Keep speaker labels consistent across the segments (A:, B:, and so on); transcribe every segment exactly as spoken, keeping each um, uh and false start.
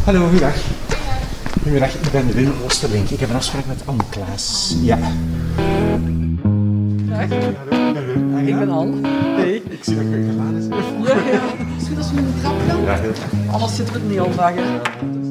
A: Hallo, goeiedag. Goeiedag, ik ben Wim Oosterlink. Ik heb een afspraak met Anne Klaas. Ja.
B: Dag.
A: Hallo, ik ben Wim. Ah, ja.
B: Ik ben Anne. Hey.
A: Ik zie dat je geladen is.
B: Ja, ja. Is het goed als we met de trap gaan?
A: Ja, heel graag.
B: Anders zitten we het niet al dagen.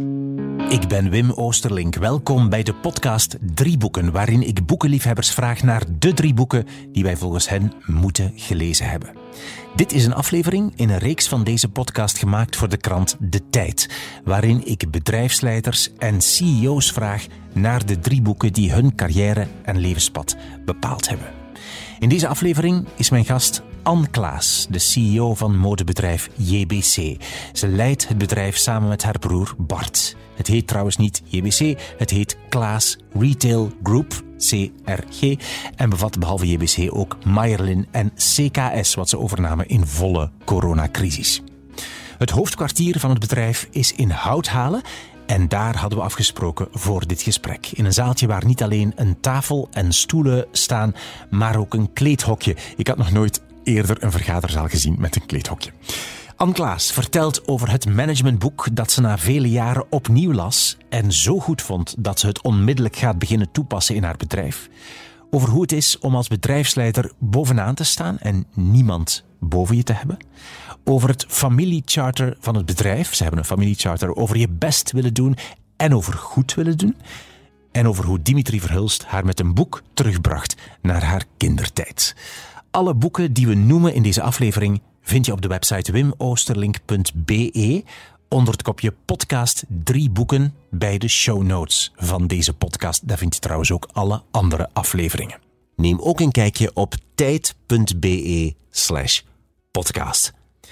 C: Ik ben Wim Oosterlink. Welkom bij de podcast Drie Boeken, waarin ik boekenliefhebbers vraag naar de drie boeken die wij volgens hen moeten gelezen hebben. Dit is een aflevering in een reeks van deze podcast gemaakt voor de krant De Tijd, waarin ik bedrijfsleiders en C E O's vraag naar de drie boeken die hun carrière en levenspad bepaald hebben. In deze aflevering is mijn gast Anne Klaas, de C E O van modebedrijf J B C. Ze leidt het bedrijf samen met haar broer Bart. Het heet trouwens niet J B C, het heet Klaas Retail Group, C R G, en bevat behalve J B C ook Mayerlin en C K S, wat ze overnamen in volle coronacrisis. Het hoofdkwartier van het bedrijf is in Houthalen. En daar hadden we afgesproken voor dit gesprek. In een zaaltje waar niet alleen een tafel en stoelen staan, maar ook een kleedhokje. Ik had nog nooit eerder een vergaderzaal gezien met een kleedhokje. Anne Klaas vertelt over het managementboek dat ze na vele jaren opnieuw las en zo goed vond dat ze het onmiddellijk gaat beginnen toepassen in haar bedrijf. Over hoe het is om als bedrijfsleider bovenaan te staan en niemand boven je te hebben. Over het familiecharter van het bedrijf. Ze hebben een familiecharter over je best willen doen en over goed willen doen. En over hoe Dimitri Verhulst haar met een boek terugbracht naar haar kindertijd. Alle boeken die we noemen in deze aflevering vind je op de website wim oosterlink punt b e onder het kopje podcast drie boeken bij de show notes van deze podcast. Daar vind je trouwens ook alle andere afleveringen. Neem ook een kijkje op tijd punt b e slash podcast.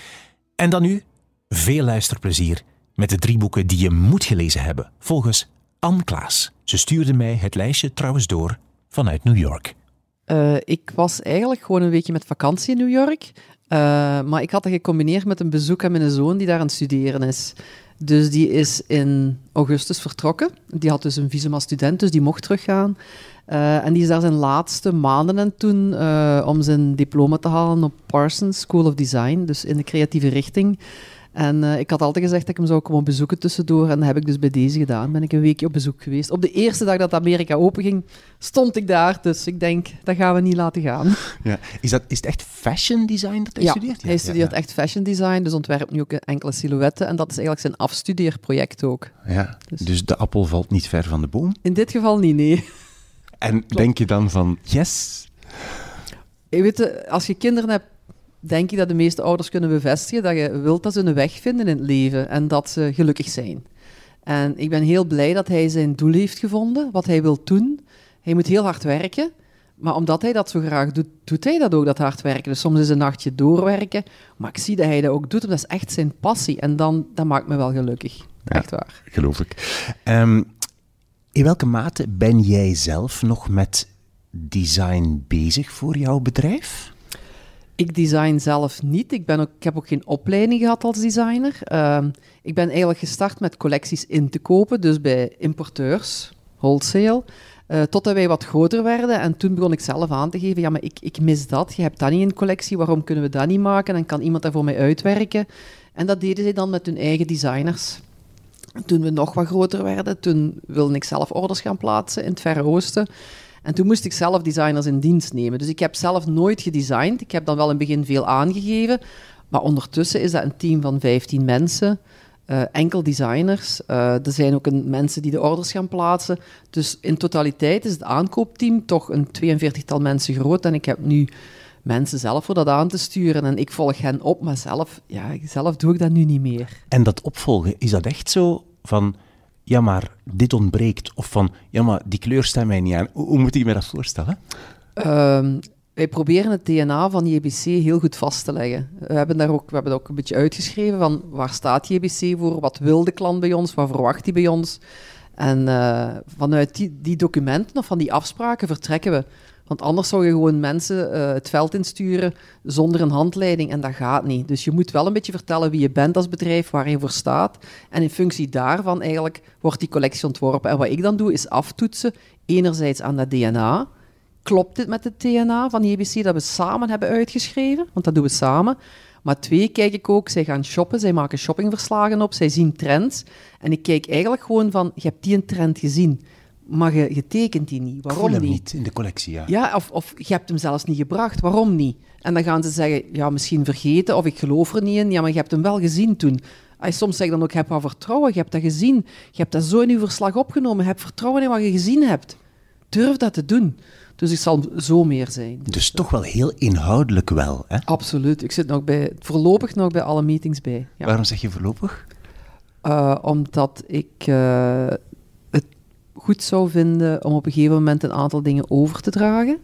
C: En dan nu veel luisterplezier met de drie boeken die je moet gelezen hebben, volgens Anne Klaas. Ze stuurde mij het lijstje trouwens door vanuit New York.
B: Uh, ik was eigenlijk gewoon een weekje met vakantie in New York. Uh, maar ik had dat gecombineerd met een bezoek aan mijn zoon die daar aan het studeren is. Dus die is in augustus vertrokken. Die had dus een visum als student, dus die mocht teruggaan. Uh, en die is daar zijn laatste maanden aan toen uh, om zijn diploma te halen op Parsons School of Design, dus in de creatieve richting. En uh, ik had altijd gezegd dat ik hem zou komen bezoeken tussendoor. En dat heb ik dus bij deze gedaan. Ben ik een weekje op bezoek geweest. Op de eerste dag dat Amerika openging, stond ik daar. Dus ik denk, dat gaan we niet laten gaan.
C: Ja. Is, dat, is het echt fashion design dat hij
B: ja,
C: studeert? Ja,
B: hij studeert
C: ja, ja.
B: echt fashion design. Dus ontwerpt nu ook enkele silhouetten. En dat is eigenlijk zijn afstudeerproject ook.
C: Ja, dus. dus de appel valt niet ver van de boom?
B: In dit geval niet, nee.
C: En Klopt. Denk je dan van, yes?
B: Je weet, als je kinderen hebt, denk ik dat de meeste ouders kunnen bevestigen dat je wilt dat ze een weg vinden in het leven en dat ze gelukkig zijn. En ik ben heel blij dat hij zijn doel heeft gevonden, wat hij wil doen. Hij moet heel hard werken, maar omdat hij dat zo graag doet, doet hij dat ook, dat hard werken. Dus soms is een nachtje doorwerken, maar ik zie dat hij dat ook doet, dat is echt zijn passie. En dan, dat maakt me wel gelukkig. Ja, echt waar.
C: Geloof ik. Um, in welke mate ben jij zelf nog met design bezig voor jouw bedrijf?
B: Ik design zelf niet. Ik, ben ook, ik heb ook geen opleiding gehad als designer. Uh, ik ben eigenlijk gestart met collecties in te kopen, dus bij importeurs, wholesale, uh, totdat wij wat groter werden. En toen begon ik zelf aan te geven, ja, maar ik, ik mis dat. Je hebt dat niet in collectie, waarom kunnen we dat niet maken? En kan iemand dat voor mij uitwerken? En dat deden zij dan met hun eigen designers. Toen we nog wat groter werden, toen wilde ik zelf orders gaan plaatsen in het Verre Oosten. En toen moest ik zelf designers in dienst nemen. Dus ik heb zelf nooit gedesigned. Ik heb dan wel in het begin veel aangegeven. Maar ondertussen is dat een team van vijftien mensen. Uh, enkel designers. Uh, er zijn ook een, mensen die de orders gaan plaatsen. Dus in totaliteit is het aankoopteam toch een tweeënveertigtal mensen groot. En ik heb nu mensen zelf voor dat aan te sturen. En ik volg hen op, maar zelf, ja, zelf doe ik dat nu niet meer.
C: En dat opvolgen, is dat echt zo van... ja, maar dit ontbreekt. Of van, ja, maar die kleur staat mij niet aan. Hoe, hoe moet ik me dat voorstellen?
B: Um, wij proberen het D N A van J B C heel goed vast te leggen. We hebben daar ook, we hebben dat ook een beetje uitgeschreven van waar staat J B C voor, wat wil de klant bij ons, wat verwacht hij bij ons. En uh, vanuit die, die documenten of van die afspraken vertrekken we. Want anders zou je gewoon mensen uh, het veld insturen zonder een handleiding en dat gaat niet. Dus je moet wel een beetje vertellen wie je bent als bedrijf, waar je voor staat. En in functie daarvan eigenlijk wordt die collectie ontworpen. En wat ik dan doe is aftoetsen, enerzijds aan dat D N A. Klopt dit met het D N A van J B C dat we samen hebben uitgeschreven? Want dat doen we samen. Maar twee, kijk ik ook, zij gaan shoppen, zij maken shoppingverslagen op, zij zien trends. En ik kijk eigenlijk gewoon van, je hebt die een trend gezien, maar je, je tekent die niet. Waarom
C: Ik voel hem
B: niet?
C: niet in de collectie, ja.
B: Ja, of, of je hebt hem zelfs niet gebracht. Waarom niet? En dan gaan ze zeggen, ja, misschien vergeten, of ik geloof er niet in. Ja, maar je hebt hem wel gezien toen. Ay, soms zeg ik dan ook, heb wat vertrouwen, je hebt dat gezien. Je hebt dat zo in je verslag opgenomen. Heb vertrouwen in wat je gezien hebt. Durf dat te doen. Dus ik zal zo meer zijn.
C: Dus toch wel heel inhoudelijk wel, hè?
B: Absoluut. Ik zit nog bij, voorlopig nog bij alle meetings bij. Ja.
C: Waarom zeg je voorlopig?
B: Uh, omdat ik uh, het goed zou vinden om op een gegeven moment een aantal dingen over te dragen.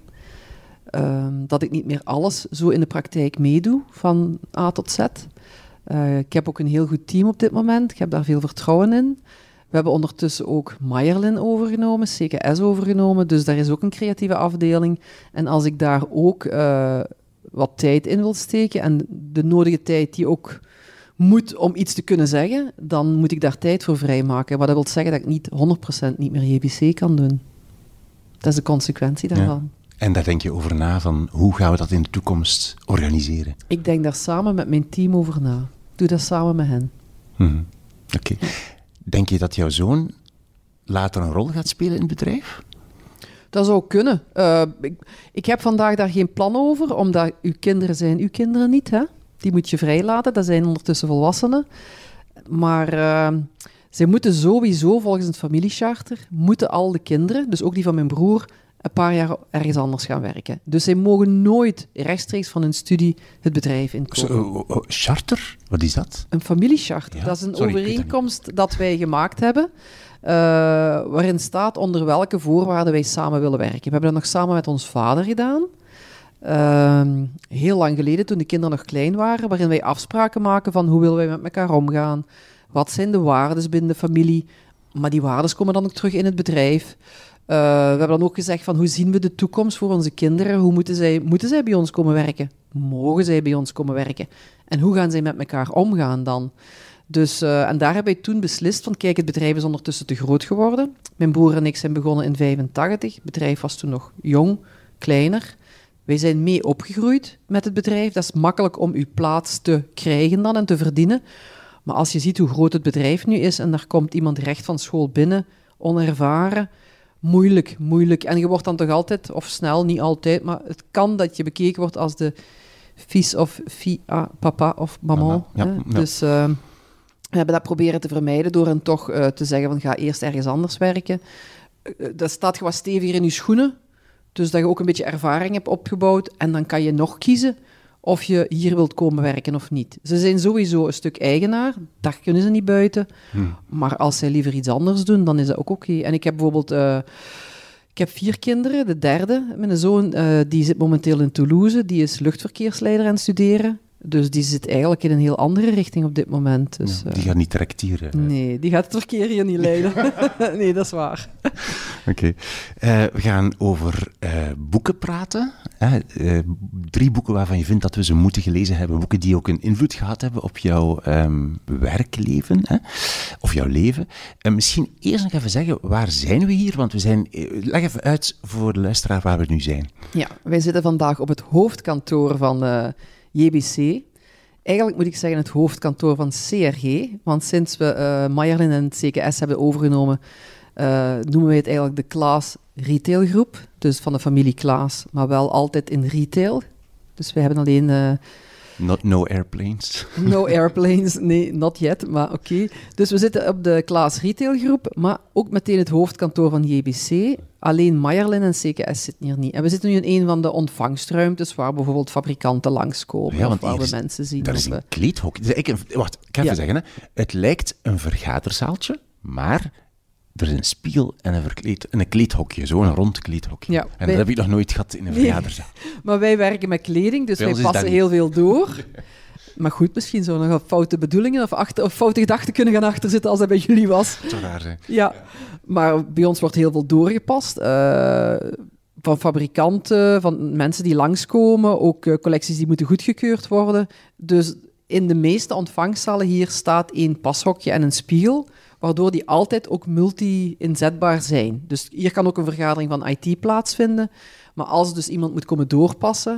B: Uh, dat ik niet meer alles zo in de praktijk meedoe, van A tot Z. Uh, ik heb ook een heel goed team op dit moment. Ik heb daar veel vertrouwen in. We hebben ondertussen ook Mayerlin overgenomen, C K S overgenomen, dus daar is ook een creatieve afdeling. En als ik daar ook uh, wat tijd in wil steken en de nodige tijd die ook moet om iets te kunnen zeggen, dan moet ik daar tijd voor vrijmaken. Wat dat wil zeggen dat ik niet honderd procent niet meer J B C kan doen. Dat is de consequentie daarvan.
C: Ja. En daar denk je over na, van hoe gaan we dat in de toekomst organiseren?
B: Ik denk daar samen met mijn team over na. Doe dat samen met hen.
C: Mm-hmm. Oké. Okay. Denk je dat jouw zoon later een rol gaat spelen in het bedrijf?
B: Dat zou kunnen. Uh, ik, ik heb vandaag daar geen plan over, omdat uw kinderen zijn uw kinderen niet, hè? Die moet je vrijlaten, dat zijn ondertussen volwassenen. Maar uh, zij moeten sowieso, volgens het familiecharter, moeten al de kinderen, dus ook die van mijn broer, een paar jaar ergens anders gaan werken. Dus zij mogen nooit rechtstreeks van hun studie het bedrijf inkomen.
C: So, uh, uh, charter? Wat is dat?
B: Een familiecharter. Ja? Dat is een Sorry, overeenkomst dat, dat wij gemaakt hebben, uh, waarin staat onder welke voorwaarden wij samen willen werken. We hebben dat nog samen met ons vader gedaan. Uh, heel lang geleden, toen de kinderen nog klein waren, waarin wij afspraken maken van hoe willen wij met elkaar omgaan. Wat zijn de waarden binnen de familie? Maar die waarden komen dan ook terug in het bedrijf. Uh, we hebben dan ook gezegd van hoe zien we de toekomst voor onze kinderen? Hoe moeten zij, moeten zij bij ons komen werken? Mogen zij bij ons komen werken? En hoe gaan zij met elkaar omgaan dan? Dus, uh, en daar hebben wij toen beslist van, kijk, het bedrijf is ondertussen te groot geworden. Mijn broer en ik zijn begonnen in vijfentachtig. Het bedrijf was toen nog jong, kleiner. Wij zijn mee opgegroeid met het bedrijf. Dat is makkelijk om uw plaats te krijgen dan en te verdienen. Maar als je ziet hoe groot het bedrijf nu is en daar komt iemand recht van school binnen, onervaren, moeilijk, moeilijk. En je wordt dan toch altijd, of snel, niet altijd, maar het kan dat je bekeken wordt als de fils of fia, papa of maman.
C: Ja, ja, ja.
B: Dus uh, we hebben dat proberen te vermijden door hen toch uh, te zeggen van ga eerst ergens anders werken. Uh, dat staat je wat steviger in je schoenen, dus dat je ook een beetje ervaring hebt opgebouwd en dan kan je nog kiezen of je hier wilt komen werken of niet. Ze zijn sowieso een stuk eigenaar, daar kunnen ze niet buiten. Hmm. Maar als zij liever iets anders doen, dan is dat ook oké. Okay. En ik heb bijvoorbeeld... Uh, ik heb vier kinderen. De derde, mijn zoon, uh, die zit momenteel in Toulouse. Die is luchtverkeersleider aan het studeren. Dus die zit eigenlijk in een heel andere richting op dit moment. Dus,
C: ja, die gaat niet tracteren.
B: Nee, die gaat het verkeer hier niet leiden. Nee, dat is waar.
C: Oké. Okay. Uh, we gaan over uh, boeken praten. Uh, uh, drie boeken waarvan je vindt dat we ze moeten gelezen hebben. Boeken die ook een invloed gehad hebben op jouw um, werkleven. Hè? Of jouw leven. Uh, misschien eerst nog even zeggen, waar zijn we hier? Want we zijn... Uh, leg even uit voor de luisteraar waar we nu zijn.
B: Ja, wij zitten vandaag op het hoofdkantoor van... Uh, J B C. Eigenlijk moet ik zeggen het hoofdkantoor van C R G, want sinds we uh, Mayerlin en C K S hebben overgenomen, uh, noemen wij het eigenlijk de Klaas Retail Groep, dus van de familie Klaas, maar wel altijd in retail. Dus we hebben alleen... Uh,
C: Not no airplanes.
B: No airplanes, nee, not yet, maar oké. Okay. Dus we zitten op de Klaas Retail Groep, maar ook meteen het hoofdkantoor van J B C. Alleen Mayerlin en C K S zitten hier niet. En we zitten nu in een van de ontvangstruimtes waar bijvoorbeeld fabrikanten langskomen, ja, of waar we mensen zien.
C: Dat is een kleedhok. Dus ik, wacht, ik ga even ja. zeggen. Hè. Het lijkt een vergaderzaaltje, maar er is een spiegel en een, verkleed, en een kleedhokje, zo'n rond kleedhokje. Ja, en wij... dat heb ik nog nooit gehad in een nee, vergaderzaal.
B: Maar wij werken met kleding, dus wij passen heel veel door. Maar goed, misschien zo nog foute bedoelingen of, achter, of foute gedachten kunnen gaan achterzitten als dat bij jullie was.
C: Dat zou raar zijn.
B: Ja, maar bij ons wordt heel veel doorgepast. Uh, van fabrikanten, van mensen die langskomen, ook uh, collecties die moeten goedgekeurd worden. Dus in de meeste ontvangstzalen hier staat één pashokje en een spiegel, waardoor die altijd ook multi-inzetbaar zijn. Dus hier kan ook een vergadering van I T plaatsvinden. Maar als dus iemand moet komen doorpassen,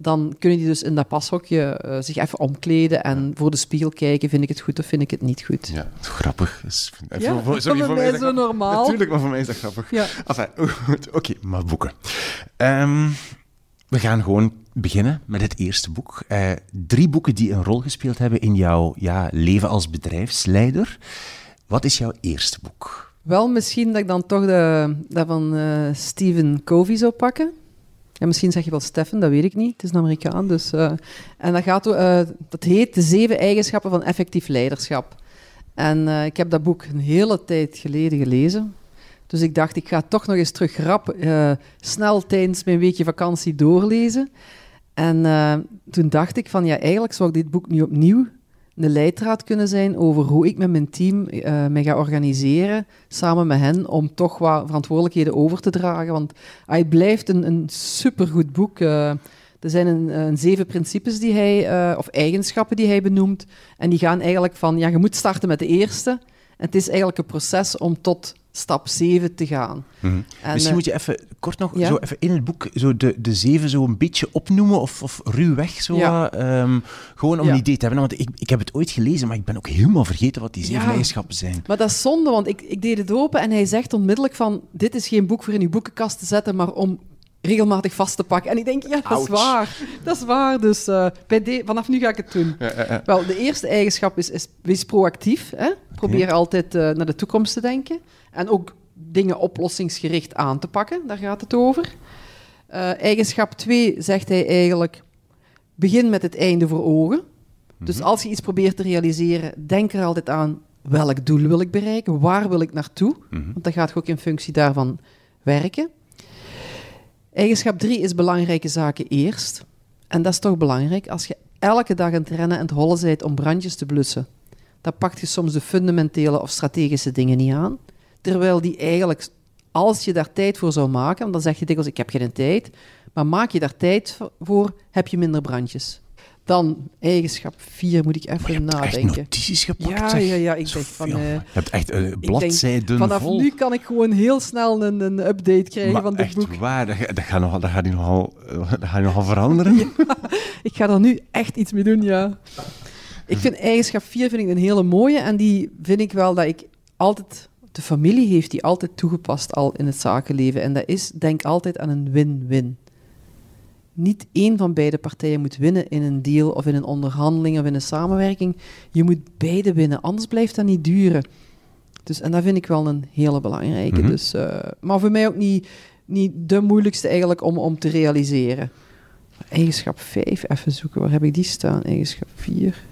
B: dan kunnen die dus in dat pashokje uh, zich even omkleden en voor de spiegel kijken, vind ik het goed of vind ik het niet goed.
D: Ja, grappig. Is,
B: ja, voor, voor, sorry, voor, voor mij is dat zo normaal.
D: Natuurlijk, maar voor mij is dat grappig.
B: Ja.
D: Enfin, oké, okay, maar boeken. Um, we gaan gewoon beginnen met het eerste boek. Uh, drie boeken die een rol gespeeld hebben in jouw ja, leven als bedrijfsleider. Wat is jouw eerste boek?
B: Wel, misschien dat ik dan toch de, dat van uh, Stephen Covey zou pakken. Ja, misschien zeg je wel Stephen, dat weet ik niet. Het is een Amerikaan. Dus, uh, en dat, gaat, uh, dat heet De Zeven Eigenschappen van Effectief Leiderschap. En uh, ik heb dat boek een hele tijd geleden gelezen. Dus ik dacht, ik ga toch nog eens terug rap, uh, snel tijdens mijn weekje vakantie doorlezen. En uh, toen dacht ik van, ja, eigenlijk zou ik dit boek nu opnieuw een leidraad kunnen zijn over hoe ik met mijn team uh, mij ga organiseren, samen met hen, om toch wat verantwoordelijkheden over te dragen. Want uh, het blijft een, een supergoed boek. Uh, er zijn een, een zeven principes die hij, uh, of eigenschappen die hij benoemt. En die gaan eigenlijk van, ja, je moet starten met de eerste. En het is eigenlijk een proces om tot stap zeven te gaan.
D: Mm-hmm. En, Misschien uh, moet je even kort nog
B: ja?
D: zo even in het boek zo de, de zeven zo een beetje opnoemen of, of ruwweg zo. Ja. Um, gewoon om ja. een idee te hebben. Want ik, ik heb het ooit gelezen, maar ik ben ook helemaal vergeten wat die zeven ja. eigenschappen zijn.
B: Maar dat is zonde, want ik, ik deed het open en hij zegt onmiddellijk van, dit is geen boek voor in je boekenkast te zetten, maar om regelmatig vast te pakken. En ik denk, ja, dat Ouch. is waar. Dat is waar. Dus uh, bij de, vanaf nu ga ik het doen. Ja, ja, ja. Wel, de eerste eigenschap is, is wees proactief. Hè? Probeer okay. altijd uh, naar de toekomst te denken. En ook dingen oplossingsgericht aan te pakken. Daar gaat het over. Uh, eigenschap twee zegt hij eigenlijk, begin met het einde voor ogen. Mm-hmm. Dus als je iets probeert te realiseren, denk er altijd aan, welk doel wil ik bereiken? Waar wil ik naartoe? Mm-hmm. Want dan gaat je ook in functie daarvan werken. Eigenschap drie is belangrijke zaken eerst. En dat is toch belangrijk. Als je elke dag aan het rennen en het hollen bent om brandjes te blussen, dan pakt je soms de fundamentele of strategische dingen niet aan. Terwijl die eigenlijk, als je daar tijd voor zou maken, want dan zeg je dikwijls, ik heb geen tijd, maar maak je daar tijd voor, heb je minder brandjes. Dan eigenschap vier, moet ik even nadenken.
D: Maar je hebt echt notities gepakt,
B: Ja,
D: zeg.
B: ja, ja. Ik denk van, uh,
D: je hebt echt uh, bladzijden denk,
B: vanaf
D: vol.
B: nu kan ik gewoon heel snel een, een update krijgen
D: maar
B: van dit boek.
D: echt waar, dat, dat gaat nogal, dat gaat nogal, dat gaat nogal veranderen.
B: Ja, ik ga er nu echt iets mee doen, ja. Ik vind eigenschap vier vind ik een hele mooie en die vind ik wel dat ik altijd... De familie heeft die altijd toegepast al in het zakenleven en dat is, denk altijd aan een win-win. Niet één van beide partijen moet winnen in een deal of in een onderhandeling of in een samenwerking. Je moet beide winnen, anders blijft dat niet duren. Dus, en dat vind ik wel een hele belangrijke. Mm-hmm. Dus, uh, maar voor mij ook niet, niet de moeilijkste eigenlijk om, om te realiseren. Eigenschap vijf, even zoeken, waar heb ik die staan? Eigenschap vier.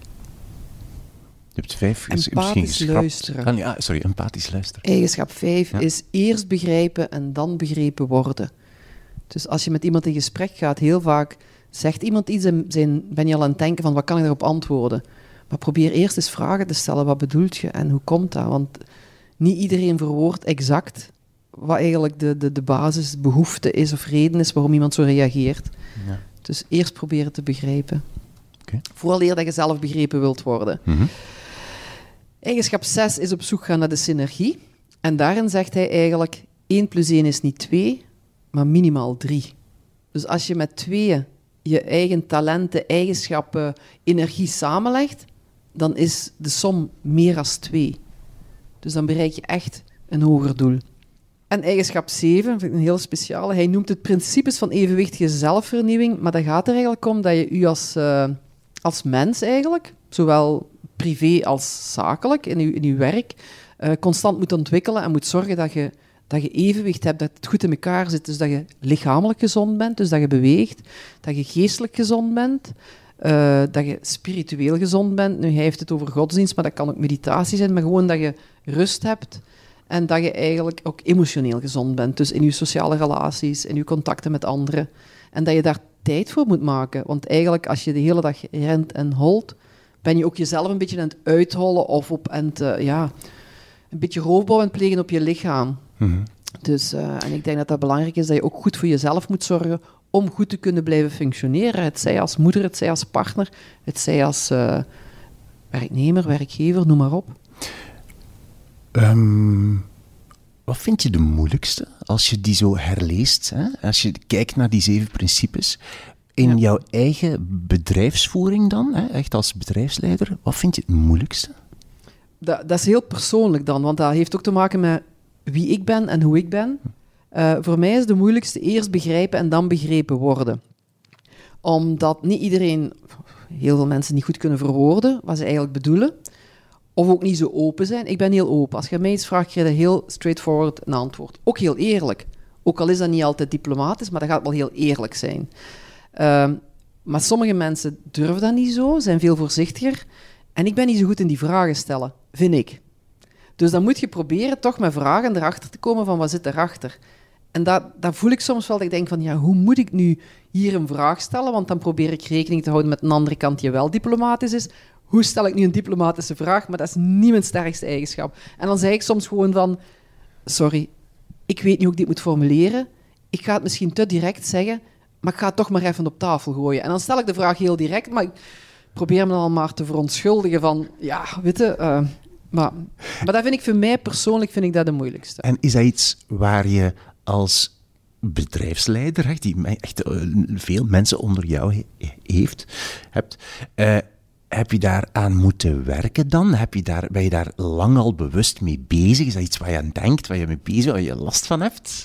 D: Je hebt vijf
B: empathisch luisteren.
D: Ah, ja, sorry, empathisch luisteren.
B: Eigenschap vijf ja. is eerst begrijpen en dan begrepen worden. Dus als je met iemand in gesprek gaat, heel vaak zegt iemand iets en zijn, ben je al aan het denken van wat kan ik daarop antwoorden. Maar probeer eerst eens vragen te stellen, wat bedoelt je en hoe komt dat? Want niet iedereen verwoordt exact wat eigenlijk de, de, de basisbehoefte is of reden is waarom iemand zo reageert. Ja. Dus eerst proberen te begrijpen. Okay. Vooraleer dat je zelf begrepen wilt worden. Mm-hmm. Eigenschap zes is op zoek gaan naar de synergie. En daarin zegt hij eigenlijk, één plus één is niet twee, maar minimaal drie. Dus als je met tweeën je eigen talenten, eigenschappen, energie samenlegt, dan is de som meer dan twee. Dus dan bereik je echt een hoger doel. En eigenschap zeven, vind ik een heel speciale. Hij noemt het principes van evenwichtige zelfvernieuwing, maar dat gaat er eigenlijk om dat je u als, uh, als mens eigenlijk, zowel privé als zakelijk, in uw, in uw werk, uh, constant moet ontwikkelen en moet zorgen dat je, dat je evenwicht hebt, dat het goed in elkaar zit. Dus dat je lichamelijk gezond bent, dus dat je beweegt, dat je geestelijk gezond bent, uh, dat je spiritueel gezond bent. Nu, hij heeft het over godsdienst, maar dat kan ook meditatie zijn, maar gewoon dat je rust hebt en dat je eigenlijk ook emotioneel gezond bent. Dus in je sociale relaties, in je contacten met anderen. En dat je daar tijd voor moet maken. Want eigenlijk, als je de hele dag rent en holt, ben je ook jezelf een beetje aan het uithollen of op aan het, uh, ja, een beetje roofbouw aan het plegen op je lichaam. Mm-hmm. Dus, uh, en ik denk dat dat belangrijk is, dat je ook goed voor jezelf moet zorgen om goed te kunnen blijven functioneren. Het zij als moeder, het zij als partner, het zij als uh, werknemer, werkgever, noem maar op.
D: Um, wat vind je de moeilijkste als je die zo herleest? Hè? Als je kijkt naar die zeven principes, In
B: Ja.
D: jouw eigen bedrijfsvoering dan, hè, echt als bedrijfsleider, wat vind je het moeilijkste?
B: Dat, dat is heel persoonlijk dan, want dat heeft ook te maken met wie ik ben en hoe ik ben. Uh, voor mij is de moeilijkste eerst begrijpen en dan begrepen worden. Omdat niet iedereen, heel veel mensen niet goed kunnen verwoorden wat ze eigenlijk bedoelen. Of ook niet zo open zijn. Ik ben heel open. Als je mij iets vraagt, krijg je heel straightforward een antwoord. Ook heel eerlijk. Ook al is dat niet altijd diplomatisch, maar dat gaat wel heel eerlijk zijn. Uh, maar sommige mensen durven dat niet zo, zijn veel voorzichtiger. En ik ben niet zo goed in die vragen stellen, vind ik. Dus dan moet je proberen toch met vragen erachter te komen van wat zit erachter. En dat, dat voel ik soms wel, dat ik denk van, ja, hoe moet ik nu hier een vraag stellen? Want dan probeer ik rekening te houden met een andere kant die wel diplomatisch is. Hoe stel ik nu een diplomatische vraag? Maar dat is niet mijn sterkste eigenschap. En dan zeg ik soms gewoon van, sorry, ik weet niet hoe ik dit moet formuleren. Ik ga het misschien te direct zeggen, maar ik ga het toch maar even op tafel gooien. En dan stel ik de vraag heel direct, maar ik probeer me dan maar te verontschuldigen van, ja, weet je... Uh, maar, maar dat vind ik voor mij persoonlijk vind ik dat de moeilijkste.
D: En is dat iets waar je als bedrijfsleider, echt, die echt uh, veel mensen onder jou he- heeft, hebt, uh, heb je daar aan moeten werken dan? Heb je daar, ben je daar lang al bewust mee bezig? Is dat iets waar je aan denkt, waar je mee bezig bent, waar je last van hebt?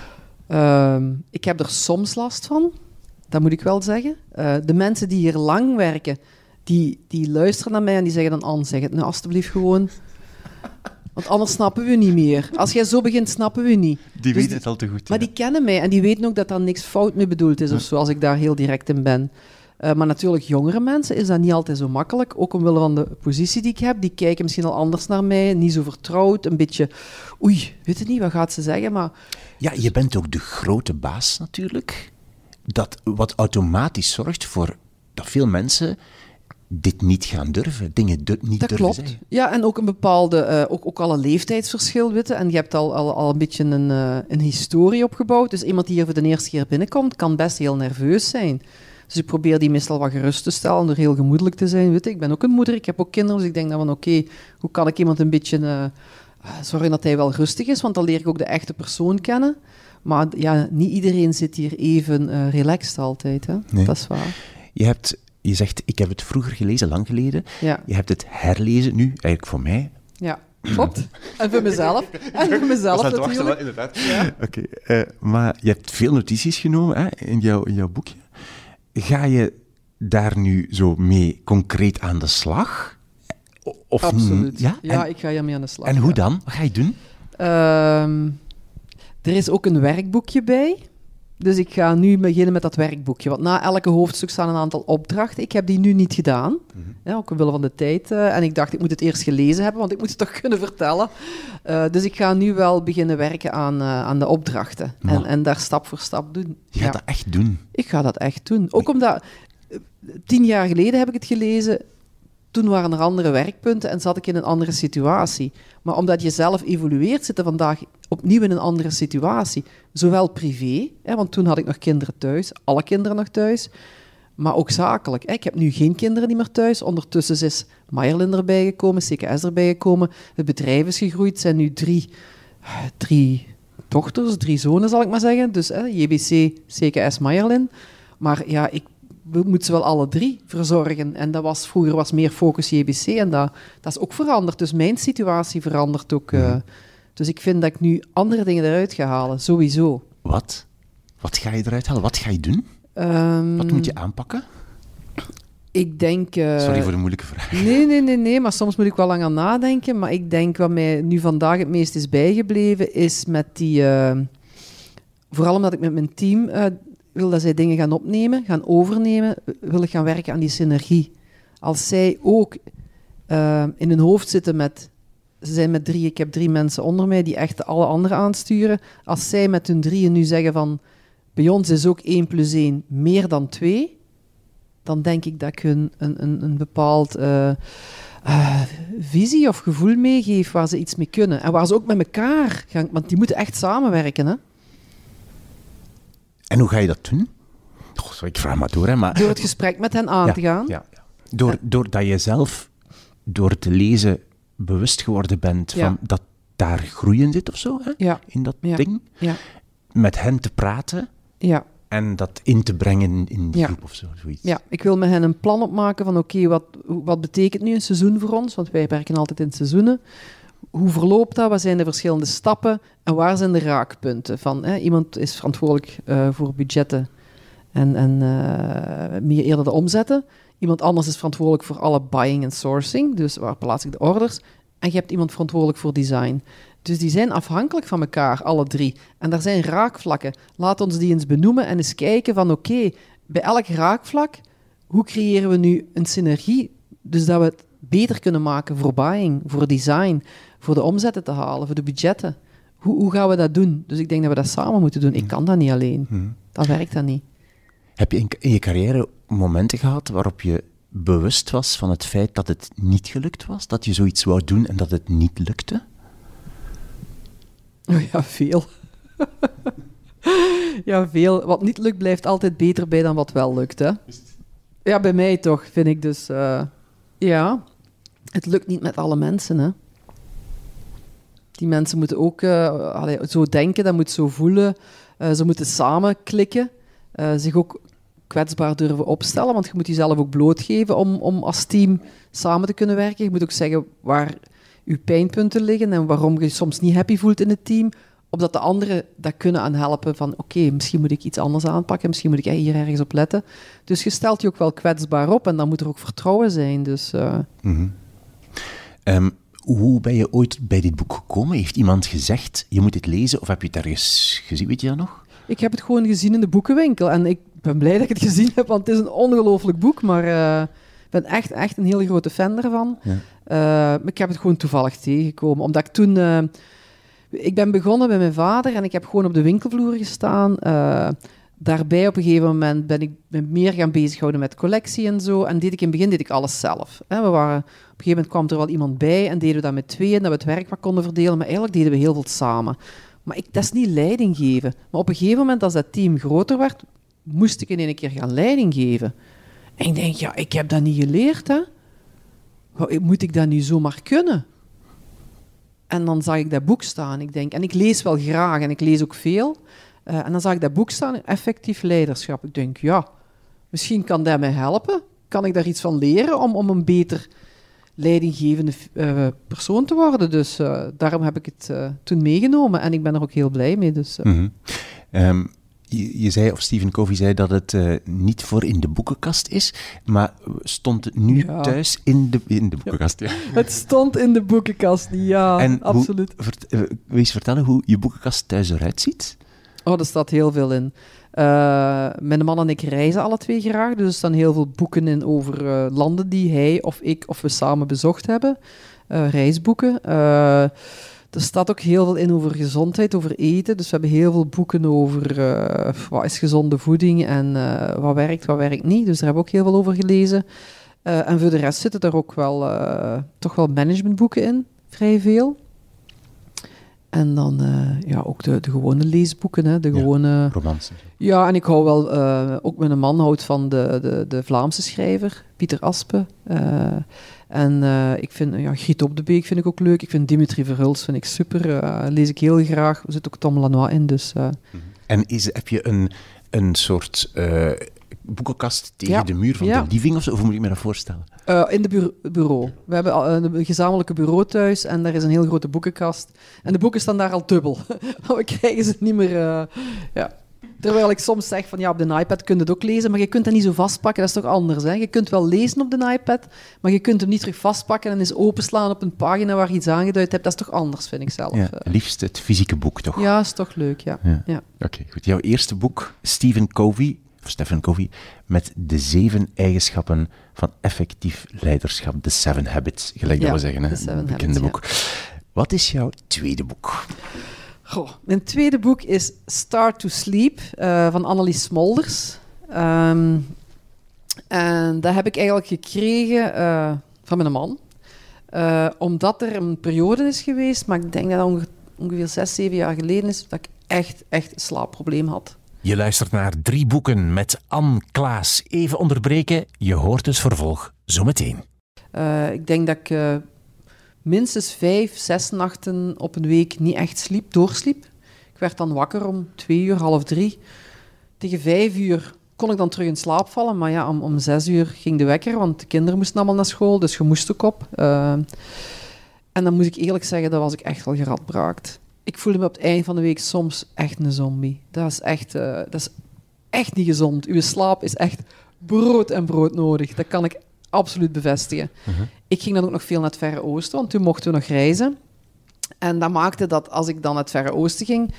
B: Uh, ik heb er soms last van, dat moet ik wel zeggen. Uh, de mensen die hier lang werken, die, die luisteren naar mij en die zeggen dan, Anne, zeg het nou alstublieft gewoon. Want anders snappen we niet meer. Als jij zo begint, snappen we niet.
D: Die
B: dus
D: weten het al te goed.
B: Maar
D: ja.
B: die kennen mij en die weten ook dat daar niks fout mee bedoeld is, ja. of zo, als ik daar heel direct in ben. Uh, maar natuurlijk, jongere mensen is dat niet altijd zo makkelijk. Ook omwille van de positie die ik heb. Die kijken misschien al anders naar mij, niet zo vertrouwd. Een beetje, oei, weet je niet, wat gaat ze zeggen? Maar...
D: Ja, je bent ook de grote baas natuurlijk. Dat, wat automatisch zorgt voor dat veel mensen dit niet gaan durven, dingen du- niet
B: dat
D: durven
B: klopt.
D: zeggen.
B: Ja, en ook een bepaalde, uh, ook, ook al een leeftijdsverschil, weet je. En je hebt al, al, al een beetje een, uh, een historie opgebouwd. Dus iemand die hier voor de eerste keer binnenkomt, kan best heel nerveus zijn. Dus ik probeer die meestal wat gerust te stellen, door heel gemoedelijk te zijn. Weet je. Ik ben ook een moeder, ik heb ook kinderen, dus ik denk dan van oké, okay, hoe kan ik iemand een beetje uh, zorgen dat hij wel rustig is, want dan leer ik ook de echte persoon kennen. Maar ja, niet iedereen zit hier even uh, relaxed altijd, hè.
D: Nee.
B: Dat is waar.
D: Je hebt, je zegt, ik heb het vroeger gelezen, lang geleden.
B: Ja.
D: Je hebt het herlezen nu, eigenlijk voor mij.
B: Ja, klopt. En voor mezelf. En voor mezelf
D: Was dat
B: natuurlijk.
D: wachten, inderdaad. Ja. Oké, okay, uh, maar je hebt veel notities genomen hè, in, jouw, in jouw boekje. Ga je daar nu zo mee concreet aan de slag? Of
B: Absoluut.
D: Ja,
B: ja
D: en,
B: ik ga hiermee aan de slag.
D: En hoe
B: ja.
D: dan? Wat ga je doen?
B: Uh, er is ook een werkboekje bij. Dus ik ga nu beginnen met dat werkboekje. Want na elke hoofdstuk staan een aantal opdrachten. Ik heb die nu niet gedaan. Mm-hmm. Ja, ook omwille van de tijd. Uh, en ik dacht, ik moet het eerst gelezen hebben, want ik moet het toch kunnen vertellen. Uh, dus ik ga nu wel beginnen werken aan, uh, aan de opdrachten. Ja. En, en daar stap voor stap doen.
D: Je gaat
B: ja.
D: dat echt doen?
B: Ik ga dat echt doen. Ook omdat, uh, tien jaar geleden heb ik het gelezen. Toen waren er andere werkpunten en zat ik in een andere situatie. Maar omdat je zelf evolueert, zit je vandaag opnieuw in een andere situatie. Zowel privé, hè, want toen had ik nog kinderen thuis, alle kinderen nog thuis, maar ook zakelijk. Hè. Ik heb nu geen kinderen niet meer thuis. Ondertussen is Mayerlin erbij gekomen, C K S erbij gekomen. Het bedrijf is gegroeid, het zijn nu drie, drie dochters, drie zonen zal ik maar zeggen. Dus hè, J B C, C K S, Mayerlin. Maar ja, ik we moeten ze wel alle drie verzorgen. En dat was, vroeger was meer focus J B C en dat, dat is ook veranderd. Dus mijn situatie verandert ook. Uh, mm. Dus ik vind dat ik nu andere dingen eruit ga halen, sowieso.
D: Wat? Wat ga je eruit halen? Wat ga je doen?
B: Um,
D: Wat moet je aanpakken?
B: Ik denk... Uh,
D: Sorry voor de moeilijke vraag.
B: Nee, nee, nee, nee, maar soms moet ik wel lang aan nadenken. Maar ik denk wat mij nu vandaag het meest is bijgebleven, is met die... Uh, vooral omdat ik met mijn team... Uh, wil dat zij dingen gaan opnemen, gaan overnemen, wil ik gaan werken aan die synergie. Als zij ook uh, in hun hoofd zitten met... Ze zijn met drie, ik heb drie mensen onder mij die echt alle anderen aansturen. Als zij met hun drieën nu zeggen van... Bij ons is ook één plus één meer dan twee... Dan denk ik dat ik hun een, een, een bepaald uh, uh, visie of gevoel meegeef waar ze iets mee kunnen. En waar ze ook met elkaar gaan... Want die moeten echt samenwerken, hè.
D: En hoe ga je dat doen? Oh, sorry, ik vraag maar door, hè. Maar...
B: Door het gesprek met hen aan
D: ja,
B: te gaan.
D: Ja, ja. Door, doordat je zelf, door te lezen, bewust geworden bent van
B: ja.
D: dat daar groei in zit of zo, hè?
B: Ja.
D: In dat
B: ja.
D: ding.
B: Ja.
D: Met hen te praten.
B: Ja.
D: en dat in te brengen in die
B: Ja.
D: groep of zo, zoiets.
B: Ja, ik wil met hen een plan opmaken van oké, wat, wat betekent nu een seizoen voor ons? Want wij werken altijd in seizoenen. Hoe verloopt dat? Wat zijn de verschillende stappen? En waar zijn de raakpunten? Van, hè, iemand is verantwoordelijk uh, voor budgetten en, en uh, meer eerder de omzetten. Iemand anders is verantwoordelijk voor alle buying en sourcing, dus waar plaats ik de orders. En je hebt iemand verantwoordelijk voor design. Dus die zijn afhankelijk van elkaar, alle drie. En daar zijn raakvlakken. Laat ons die eens benoemen en eens kijken van oké, okay, bij elk raakvlak, hoe creëren we nu een synergie? Dus dat we het beter kunnen maken voor buying, voor design, voor de omzetten te halen, voor de budgetten. Hoe, hoe gaan we dat doen? Dus ik denk dat we dat samen moeten doen. Ik kan dat niet alleen.
D: Hmm.
B: Dat werkt dat niet.
D: Heb je in, in je carrière momenten gehad waarop je bewust was van het feit dat het niet gelukt was? Dat je zoiets wou doen en dat het niet lukte?
B: Oh ja, veel. ja, veel. Wat niet lukt, blijft altijd beter bij dan wat wel lukt, hè? Ja, bij mij toch, vind ik dus. Uh, ja, het lukt niet met alle mensen, hè? Die mensen moeten ook uh, allee, zo denken, dat moet zo voelen. Uh, ze moeten samen klikken, uh, zich ook kwetsbaar durven opstellen, want je moet jezelf ook blootgeven om, om als team samen te kunnen werken. Je moet ook zeggen waar je pijnpunten liggen en waarom je je soms niet happy voelt in het team, opdat de anderen dat kunnen aan helpen van oké, okay, misschien moet ik iets anders aanpakken, misschien moet ik hier ergens op letten. Dus je stelt je ook wel kwetsbaar op en dan moet er ook vertrouwen zijn. Dus, uh...
D: mm-hmm. um, hoe ben je ooit bij dit boek gekomen? Heeft iemand gezegd, je moet dit lezen, of heb je het ergens gezien, weet je dat nog?
B: Ik heb het gewoon gezien in de boekenwinkel en ik ben blij dat ik het gezien heb, want het is een ongelooflijk boek, maar uh, ik ben echt, echt een hele grote fan ervan. Ja. Uh, ik heb het gewoon toevallig tegengekomen, omdat ik toen... Uh, ik ben begonnen bij mijn vader en ik heb gewoon op de winkelvloer gestaan. Uh, daarbij op een gegeven moment ben ik me meer gaan bezighouden met collectie en zo. En deed ik in het begin deed ik alles zelf. Hè. We waren, op een gegeven moment kwam er wel iemand bij en deden we dat met tweeën, dat we het werk wat konden verdelen. Maar eigenlijk deden we heel veel samen. Maar ik, dat is niet leiding geven. Maar op een gegeven moment, als dat team groter werd, moest ik in één keer gaan leiding geven. En ik denk, ja, ik heb dat niet geleerd, hè. Moet ik dat nu zomaar kunnen? En dan zag ik dat boek staan. Ik denk, en ik lees wel graag en ik lees ook veel. Uh, en dan zag ik dat boek staan, effectief leiderschap. Ik denk, ja, misschien kan dat mij helpen. Kan ik daar iets van leren om, om een beter leidinggevende uh, persoon te worden? Dus uh, daarom heb ik het uh, toen meegenomen. En ik ben er ook heel blij mee. Dus, uh.
D: mm-hmm. um, je, je zei, of Stephen Covey zei, dat het uh, niet voor in de boekenkast is. Maar stond het nu ja. thuis in de, in de boekenkast? Ja. Ja.
B: Het stond in de boekenkast, ja,
D: en
B: absoluut.
D: Hoe, vert, uh, wil je eens vertellen hoe je boekenkast thuis eruit ziet?
B: Oh, er staat heel veel in. Uh, mijn man en ik reizen alle twee graag, dus er staan heel veel boeken in over uh, landen die hij of ik of we samen bezocht hebben. Uh, reisboeken. Uh, er staat ook heel veel in over gezondheid, over eten. Dus we hebben heel veel boeken over uh, wat is gezonde voeding en uh, wat werkt, wat werkt niet. Dus daar hebben we ook heel veel over gelezen. Uh, en voor de rest zitten er ook wel uh, toch wel managementboeken in, vrij veel. En dan uh, ja, ook de, de gewone leesboeken, hè, de gewone...
D: Ja, romansen.
B: Ja, en ik hou wel... Uh, ook mijn man houdt van de, de, de Vlaamse schrijver, Pieter Aspe. Uh, en uh, ik vind... Ja, Griet Op de Beek vind ik ook leuk. Ik vind Dimitri Verhulst vind ik super. Uh, lees ik heel graag. Er zit ook Tom Lanois in, dus... Uh.
D: En is, heb je een, een soort... Uh, boekenkast tegen ja. de muur van ja. de living of zo? Of hoe moet ik me dat voorstellen?
B: Uh, in de bureau, bureau. We hebben uh, een gezamenlijke bureau thuis en daar is een heel grote boekenkast. En de boeken staan daar al dubbel. We krijgen ze niet meer... Uh, ja. Terwijl ik soms zeg van ja, op de iPad kun je het ook lezen, maar je kunt dat niet zo vastpakken. Dat is toch anders, hè? Je kunt wel lezen op de iPad, maar je kunt hem niet terug vastpakken en eens openslaan op een pagina waar je iets aangeduid hebt. Dat is toch anders, vind ik zelf.
D: Ja, liefst het fysieke boek, toch?
B: Ja, is toch leuk, ja. ja. ja.
D: Oké, okay, goed. Jouw eerste boek, Stephen Covey... of Stephen Covey, met de zeven eigenschappen van effectief leiderschap. The Seven Habits, gelijk ja, dat we zeggen, hè? Een bekende habits, boek. Ja. Wat is jouw tweede boek?
B: Goh, mijn tweede boek is Start to Sleep, uh, van Annelies Smolders. Um, en dat heb ik eigenlijk gekregen uh, van mijn man. Uh, omdat er een periode is geweest, maar ik denk dat dat onge- ongeveer zes, zeven jaar geleden is, dat ik echt, echt een slaapprobleem had.
C: Je luistert naar Drie Boeken met Anne Klaas. Even onderbreken, je hoort dus vervolg zometeen.
B: Uh, ik denk dat ik uh, minstens vijf, zes nachten op een week niet echt sliep, doorsliep. Ik werd dan wakker om twee uur, half drie. tegen vijf uur kon ik dan terug in slaap vallen. Maar ja, om, om zes uur ging de wekker, want de kinderen moesten allemaal naar school. Dus je moest ook op. Uh, en dan moet ik eerlijk zeggen, dat was ik echt wel geradbraakt. Ik voelde me op het eind van de week soms echt een zombie. Dat is echt, uh, dat is echt niet gezond. Uw slaap is echt brood en brood nodig. Dat kan ik absoluut bevestigen. Uh-huh. Ik ging dan ook nog veel naar het Verre Oosten, want toen mochten we nog reizen. En dat maakte dat als ik dan naar het Verre Oosten ging...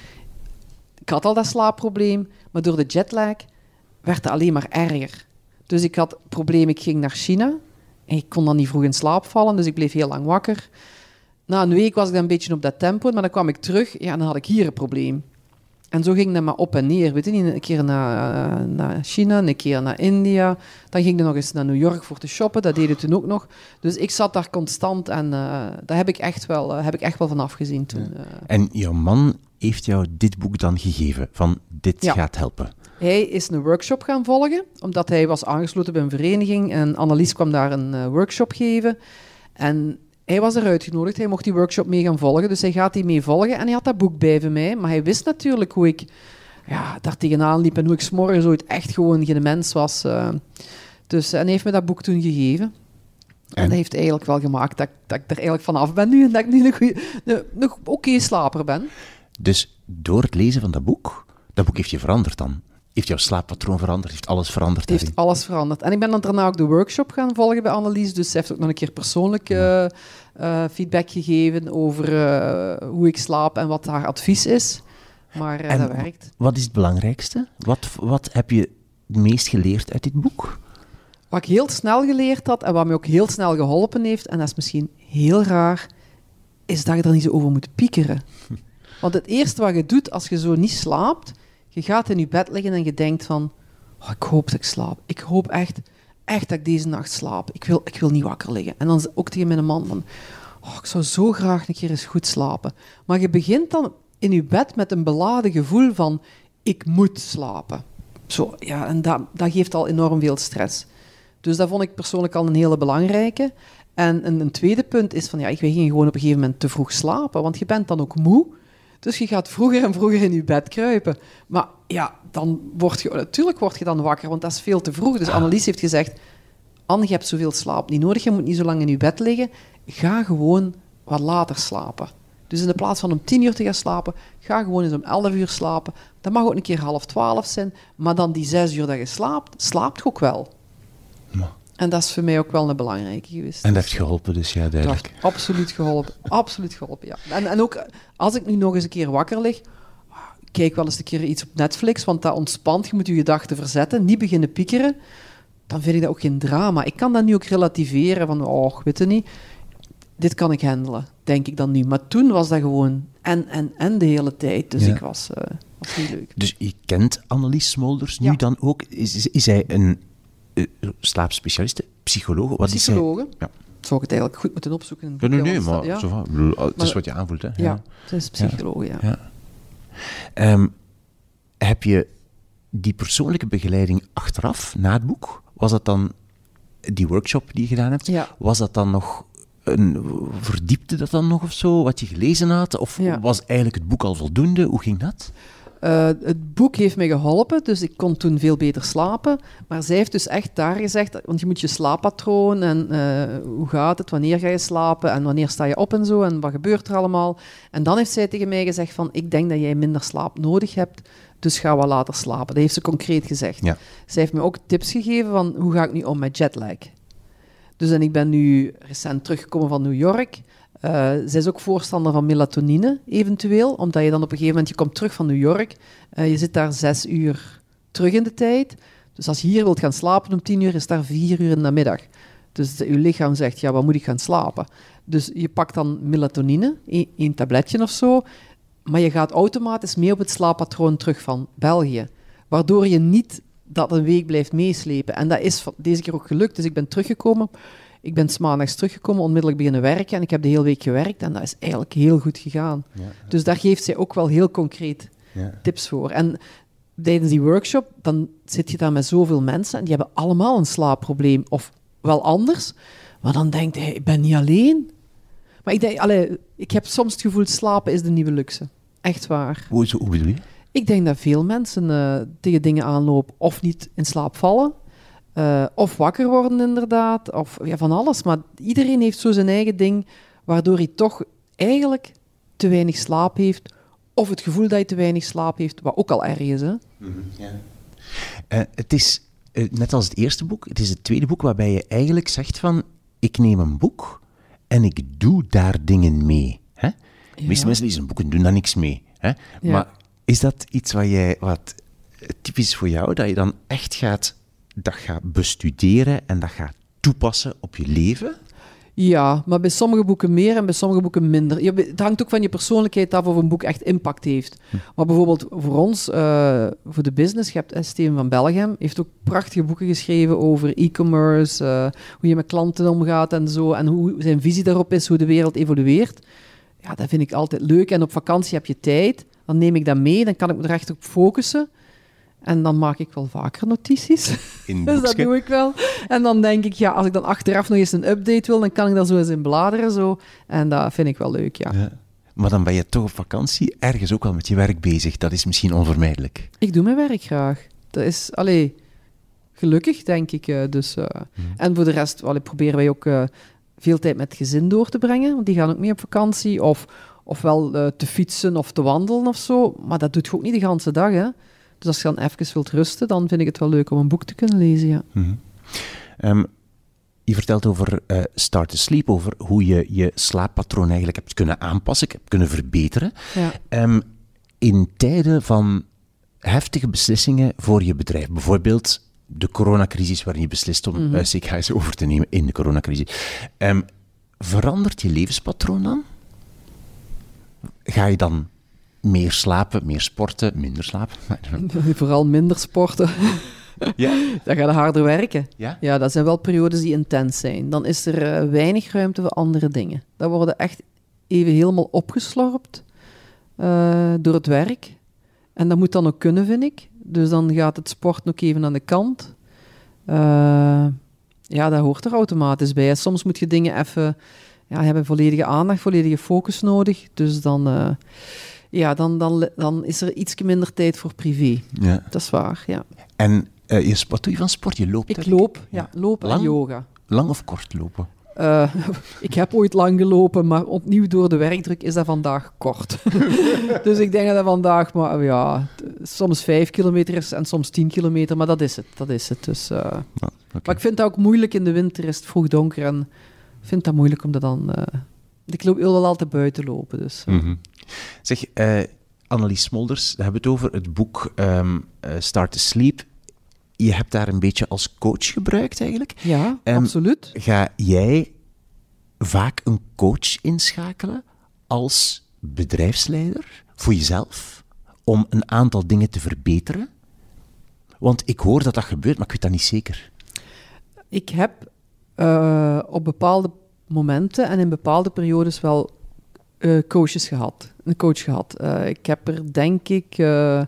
B: Ik had al dat slaapprobleem, maar door de jetlag werd het alleen maar erger. Dus ik had het probleem, ik ging naar China en ik kon dan niet vroeg in slaap vallen, dus ik bleef heel lang wakker. Na een week was ik dan een beetje op dat tempo, maar dan kwam ik terug ja, en dan had ik hier een probleem. En zo ging dat maar op en neer. Weet je niet, een keer naar, uh, naar China, een keer naar India. Dan ging ik nog eens naar New York voor te shoppen. Dat deden we toen ook nog. Dus ik zat daar constant en uh, daar heb ik echt wel, uh, heb ik echt wel van afgezien toen. Uh.
D: En jouw man heeft jou dit boek dan gegeven, van dit ja. gaat helpen?
B: Hij is een workshop gaan volgen, omdat hij was aangesloten bij een vereniging. En Annelies kwam daar een uh, workshop geven. En... Hij was eruit genodigd, hij mocht die workshop mee gaan volgen, dus hij gaat die mee volgen en hij had dat boek bij van mij, maar hij wist natuurlijk hoe ik ja, daar tegenaan liep en hoe ik 's morgens ooit echt gewoon geen mens was. Uh, dus, en hij heeft me dat boek toen gegeven. En, en dat heeft eigenlijk wel gemaakt dat, dat ik er eigenlijk vanaf ben nu en dat ik nu een, goeie, een, een oké slaper ben.
D: Dus door het lezen van dat boek, dat boek heeft je veranderd dan? Heeft jouw slaappatroon veranderd? Heeft alles veranderd?
B: Het heeft alles veranderd. En ik ben dan daarna ook de workshop gaan volgen bij Annelies. Dus ze heeft ook nog een keer persoonlijk uh, uh, feedback gegeven over uh, hoe ik slaap en wat haar advies is. Maar uh, dat werkt.
D: Wat is het belangrijkste? Wat, wat heb je het meest geleerd uit dit boek?
B: Wat ik heel snel geleerd had en wat me ook heel snel geholpen heeft, en dat is misschien heel raar, is dat je er niet zo over moet piekeren. Want het eerste wat je doet als je zo niet slaapt, je gaat in je bed liggen en je denkt van... Oh, ik hoop dat ik slaap. Ik hoop echt, echt dat ik deze nacht slaap. Ik wil, ik wil niet wakker liggen. En dan ook tegen mijn man van... Oh, ik zou zo graag een keer eens goed slapen. Maar je begint dan in je bed met een beladen gevoel van... Ik moet slapen. Zo, ja, en dat, dat geeft al enorm veel stress. Dus dat vond ik persoonlijk al een hele belangrijke. En een, een tweede punt is van... Ja, ik ging gewoon op een gegeven moment te vroeg slapen. Want je bent dan ook moe. Dus je gaat vroeger en vroeger in je bed kruipen. Maar ja, dan word je... Natuurlijk word je dan wakker, want dat is veel te vroeg. Dus Annelies heeft gezegd... Anne, je hebt zoveel slaap niet nodig. Je moet niet zo lang in je bed liggen. Ga gewoon wat later slapen. Dus in de plaats van om tien uur te gaan slapen... Ga gewoon eens om elf uur slapen. Dat mag ook een keer half twaalf zijn. Maar dan die zes uur dat je slaapt, slaapt je ook wel.
D: Maar.
B: En dat is voor mij ook wel een belangrijke geweest.
D: En dat heeft geholpen, dus ja, duidelijk.
B: Dat heeft absoluut geholpen. Absoluut geholpen, ja. En, en ook als ik nu nog eens een keer wakker lig, kijk wel eens een keer iets op Netflix, want dat ontspant. Je moet je gedachten verzetten, niet beginnen piekeren. Dan vind ik dat ook geen drama. Ik kan dat nu ook relativeren van, oh, weet je niet, dit kan ik handelen, denk ik dan nu. Maar toen was dat gewoon en, en, en de hele tijd. Dus ja. ik was, uh, was niet leuk.
D: Dus je kent Annelies Smolders nu
B: ja.
D: dan ook? Is, is, is zij een... Uh, slaapspecialiste, psycholoog? Wat
B: Psychologe.
D: Is zij? Ja.
B: Zou ik het eigenlijk goed moeten opzoeken?
D: Ja, nee, nee, maar
B: ja.
D: zo van, het is
B: maar,
D: wat je aanvoelt. Hè? Ja,
B: ja het is psycholoog, ja.
D: ja. ja. Um, heb je die persoonlijke begeleiding achteraf, na het boek, was dat dan die workshop die je gedaan hebt,
B: ja.
D: was dat dan nog, een, verdiepte dat dan nog of zo, wat je gelezen had? Of ja. was eigenlijk het boek al voldoende? Hoe ging dat?
B: Uh, het boek heeft mij geholpen, dus ik kon toen veel beter slapen. Maar zij heeft dus echt daar gezegd, want je moet je slaappatroon en uh, hoe gaat het, wanneer ga je slapen en wanneer sta je op en zo en wat gebeurt er allemaal. En dan heeft zij tegen mij gezegd van, ik denk dat jij minder slaap nodig hebt, dus ga wat later slapen. Dat heeft ze concreet gezegd.
D: Ja.
B: Zij heeft me ook tips gegeven van, hoe ga ik nu om met jetlag? Dus en ik ben nu recent teruggekomen van New York. Uh, zij is ook voorstander van melatonine, eventueel, omdat je dan op een gegeven moment, je komt terug van New York, uh, je zit daar zes uur terug in de tijd. Dus als je hier wilt gaan slapen om tien uur, is daar vier uur in de middag. Dus je lichaam zegt, ja, wat moet ik gaan slapen? Dus je pakt dan melatonine, één tabletje of zo, maar je gaat automatisch mee op het slaappatroon terug van België, waardoor je niet dat een week blijft meeslepen. En dat is deze keer ook gelukt, dus ik ben teruggekomen. Ik ben 's maandags teruggekomen, onmiddellijk beginnen werken en ik heb de hele week gewerkt en dat is eigenlijk heel goed gegaan. Ja, ja. Dus daar geeft zij ook wel heel concreet ja. tips voor. En tijdens die workshop, dan zit je daar met zoveel mensen en die hebben allemaal een slaapprobleem of wel anders, maar dan denk je, hey, ik ben niet alleen. Maar ik denk, allee, ik heb soms het gevoel, slapen is de nieuwe luxe. Echt waar.
D: Hoe, hoe bedoel je?
B: Ik denk dat veel mensen uh, tegen dingen aanlopen of niet in slaap vallen, uh, of wakker worden inderdaad, of ja, van alles. Maar iedereen heeft zo zijn eigen ding, waardoor hij toch eigenlijk te weinig slaap heeft, of het gevoel dat hij te weinig slaap heeft, wat ook al erg is. Hè?
D: Mm-hmm, ja. uh, het is, uh, net als het eerste boek, het is het tweede boek waarbij je eigenlijk zegt van, ik neem een boek en ik doe daar dingen mee. Hè? De
B: Ja.
D: meeste mensen lezen een boek en doen daar niks mee. Hè?
B: Ja.
D: Maar is dat iets wat, jij, wat typisch is voor jou, dat je dan echt gaat, dat gaat bestuderen en dat gaat toepassen op je leven?
B: Ja, maar bij sommige boeken meer en bij sommige boeken minder. Je, het hangt ook van je persoonlijkheid af of een boek echt impact heeft. Hm. Maar bijvoorbeeld voor ons, uh, voor de business, je hebt uh, Steven van Bellegem, heeft ook prachtige boeken geschreven over e-commerce, uh, hoe je met klanten omgaat en zo, en hoe zijn visie daarop is, hoe de wereld evolueert. Ja, dat vind ik altijd leuk. En op vakantie heb je tijd, dan neem ik dat mee, dan kan ik me er echt op focussen. En dan maak ik wel vaker notities.
D: In
B: dus dat doe ik wel. En dan denk ik, ja, als ik dan achteraf nog eens een update wil, dan kan ik daar zo eens in bladeren. Zo. En dat vind ik wel leuk, ja. ja.
D: Maar dan ben je toch op vakantie ergens ook wel met je werk bezig. Dat is misschien onvermijdelijk.
B: Ik doe mijn werk graag. Dat is, allee, gelukkig, denk ik. Uh, dus, uh, hmm. En voor de rest allee, proberen wij ook uh, veel tijd met het gezin door te brengen. Want die gaan ook mee op vakantie. Of, ofwel uh, te fietsen of te wandelen of zo. Maar dat doet je ook niet de hele dag, hè. Dus als je dan even wilt rusten, dan vind ik het wel leuk om een boek te kunnen lezen, ja.
D: Mm-hmm. Um, je vertelt over uh, Start to Sleep, over hoe je je slaappatroon eigenlijk hebt kunnen aanpassen, hebt kunnen verbeteren.
B: Ja.
D: Um, in tijden van heftige beslissingen voor je bedrijf, bijvoorbeeld de coronacrisis waarin je beslist om mm-hmm. uh, C K H's over te nemen in de coronacrisis, um, verandert je levenspatroon dan? Ga je dan meer slapen, meer sporten, minder slapen?
B: Vooral minder sporten.
D: Ja?
B: Dan ga je harder werken.
D: Ja?
B: Ja, dat zijn wel periodes die intens zijn. Dan is er uh, weinig ruimte voor andere dingen. Dan worden echt even helemaal opgeslorpt uh, door het werk. En dat moet dan ook kunnen, vind ik. Dus dan gaat het sporten ook even aan de kant. Uh, ja, dat hoort er automatisch bij. Soms moet je dingen even... Ja, hebben volledige aandacht, volledige focus nodig. Dus dan... Uh, Ja, dan, dan, dan is er iets minder tijd voor privé. Ja. Dat is waar, ja.
D: En uh, je, wat doe je van sport? Je loopt?
B: Ik loop, ja. Lopen
D: lang,
B: en yoga.
D: Lang of kort lopen?
B: Uh, ik heb ooit lang gelopen, maar opnieuw door de werkdruk is dat vandaag kort. Dus ik denk dat dat vandaag, maar ja, soms vijf kilometer is en soms tien kilometer, maar dat is het. Dat is het. Dus, uh, ja, okay. Maar ik vind dat ook moeilijk in de winter, is het vroeg donker en ik vind dat moeilijk om dat dan... Uh, ik wil wel altijd buiten lopen, dus... Uh.
D: Mm-hmm. Zeg, uh, Annelies Smolders, daar hebben we het over, het boek um, uh, Start to Sleep. Je hebt daar een beetje als coach gebruikt eigenlijk.
B: Ja,
D: um,
B: absoluut.
D: Ga jij vaak een coach inschakelen als bedrijfsleider voor jezelf om een aantal dingen te verbeteren? Want ik hoor dat dat gebeurt, maar ik weet dat niet zeker.
B: Ik heb uh, op bepaalde momenten en in bepaalde periodes wel uh, coaches gehad. Een coach gehad. Uh, ik heb er denk ik uh,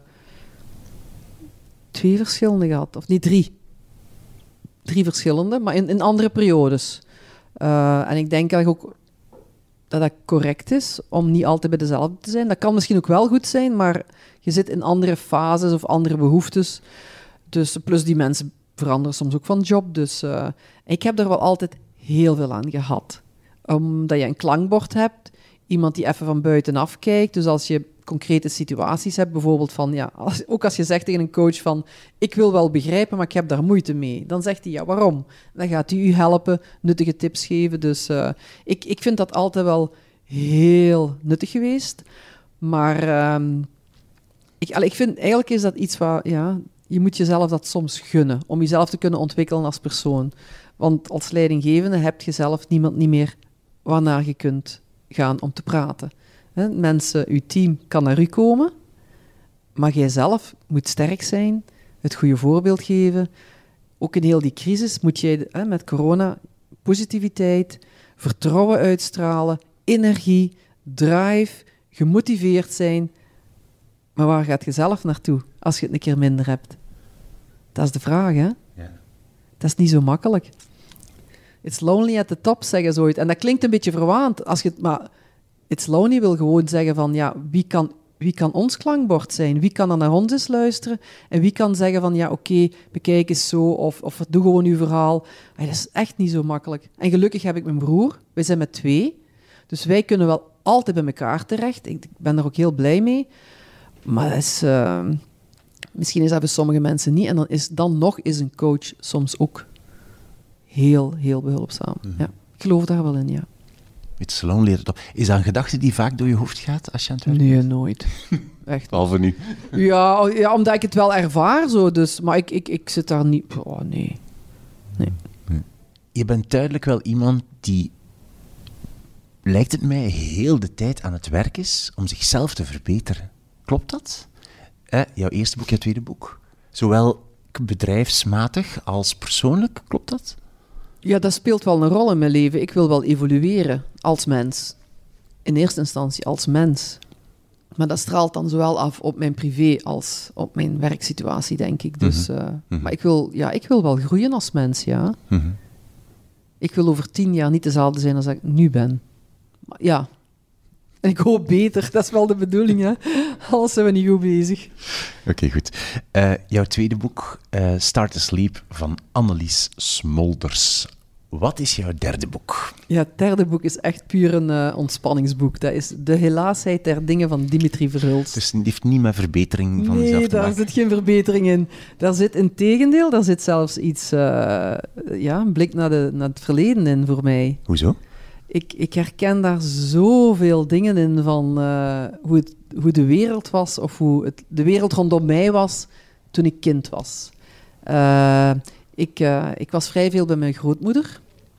B: twee verschillende gehad, of niet drie. Drie verschillende, maar in, in andere periodes. Uh, en ik denk dat ook dat dat correct is om niet altijd bij dezelfde te zijn. Dat kan misschien ook wel goed zijn, maar je zit in andere fases of andere behoeftes. Dus plus die mensen veranderen soms ook van job. Dus uh, ik heb er wel altijd heel veel aan gehad. Omdat je een klankbord hebt, iemand die even van buitenaf kijkt. Dus als je concrete situaties hebt, bijvoorbeeld van, ja, als, ook als je zegt tegen een coach van, ik wil wel begrijpen, maar ik heb daar moeite mee. Dan zegt hij, ja, waarom? Dan gaat hij u helpen, nuttige tips geven. Dus uh, ik, ik vind dat altijd wel heel nuttig geweest. Maar um, ik, ik vind, eigenlijk is dat iets waar, ja, je moet jezelf dat soms gunnen, om jezelf te kunnen ontwikkelen als persoon. Want als leidinggevende heb je zelf niemand niet meer waarnaar je kunt gaan om te praten. He, mensen, uw team kan naar u komen, maar jij zelf moet sterk zijn, het goede voorbeeld geven. Ook in heel die crisis moet jij he, met corona positiviteit, vertrouwen uitstralen, energie, drive, gemotiveerd zijn. Maar waar gaat je zelf naartoe als je het een keer minder hebt? Dat is de vraag, hè? Ja. Dat is niet zo makkelijk. It's lonely at the top, zeggen ze ooit. En dat klinkt een beetje verwaand. Als je het, maar it's lonely wil gewoon zeggen van, ja, wie kan wie kan ons klankbord zijn? Wie kan dan naar ons eens luisteren? En wie kan zeggen van, ja, oké, okay, bekijk eens zo, of, of doe gewoon uw verhaal. Ay, dat is echt niet zo makkelijk. En gelukkig heb ik mijn broer. Wij zijn met twee. Dus wij kunnen wel altijd bij elkaar terecht. Ik ben er ook heel blij mee. Maar dat is, uh, misschien is dat bij sommige mensen niet. En dan, is, dan nog is een coach soms ook heel, heel behulpzaam. Mm-hmm. Ja, ik geloof daar wel in, ja.
D: Weet Salon leert het op. Is dat een gedachte die vaak door je hoofd gaat als je aan het werken
B: Nee,
D: bent?
B: nooit. Echt.
D: Behalve nu.
B: Ja, ja, omdat ik het wel ervaar zo. Dus, maar ik, ik, ik zit daar niet... Oh, nee. nee.
D: Je bent duidelijk wel iemand die, lijkt het mij, heel de tijd aan het werk is om zichzelf te verbeteren. Klopt dat? Eh, jouw eerste boek, jouw tweede boek. Zowel bedrijfsmatig als persoonlijk, klopt dat?
B: Ja, dat speelt wel een rol in mijn leven. Ik wil wel evolueren als mens. In eerste instantie als mens. Maar dat straalt dan zowel af op mijn privé als op mijn werksituatie, denk ik. Dus, uh, mm-hmm. Maar ik wil, ja, ik wil wel groeien als mens, ja.
D: Mm-hmm.
B: Ik wil over tien jaar niet dezelfde zijn als ik nu ben. Maar ja, en ik hoop beter. Dat is wel de bedoeling, hè. Anders zijn we niet goed bezig.
D: Oké, okay, goed. Uh, jouw tweede boek, uh, Start to Sleep, van Annelies Smolders. Wat is jouw derde boek?
B: Ja, het derde boek is echt puur een uh, ontspanningsboek. Dat is De helaasheid der dingen van Dimitri Verhulst.
D: Dus het heeft niet met verbetering van
B: nee,
D: jezelf te maken?
B: Nee, daar zit geen verbetering in. Daar zit in tegendeel, daar zit zelfs iets, uh, ja, een blik naar, de, naar het verleden in voor mij.
D: Hoezo?
B: Ik, ik herken daar zoveel dingen in van uh, hoe, het, hoe de wereld was, of hoe het, de wereld rondom mij was toen ik kind was. Uh, ik, uh, ik was vrij veel bij mijn grootmoeder.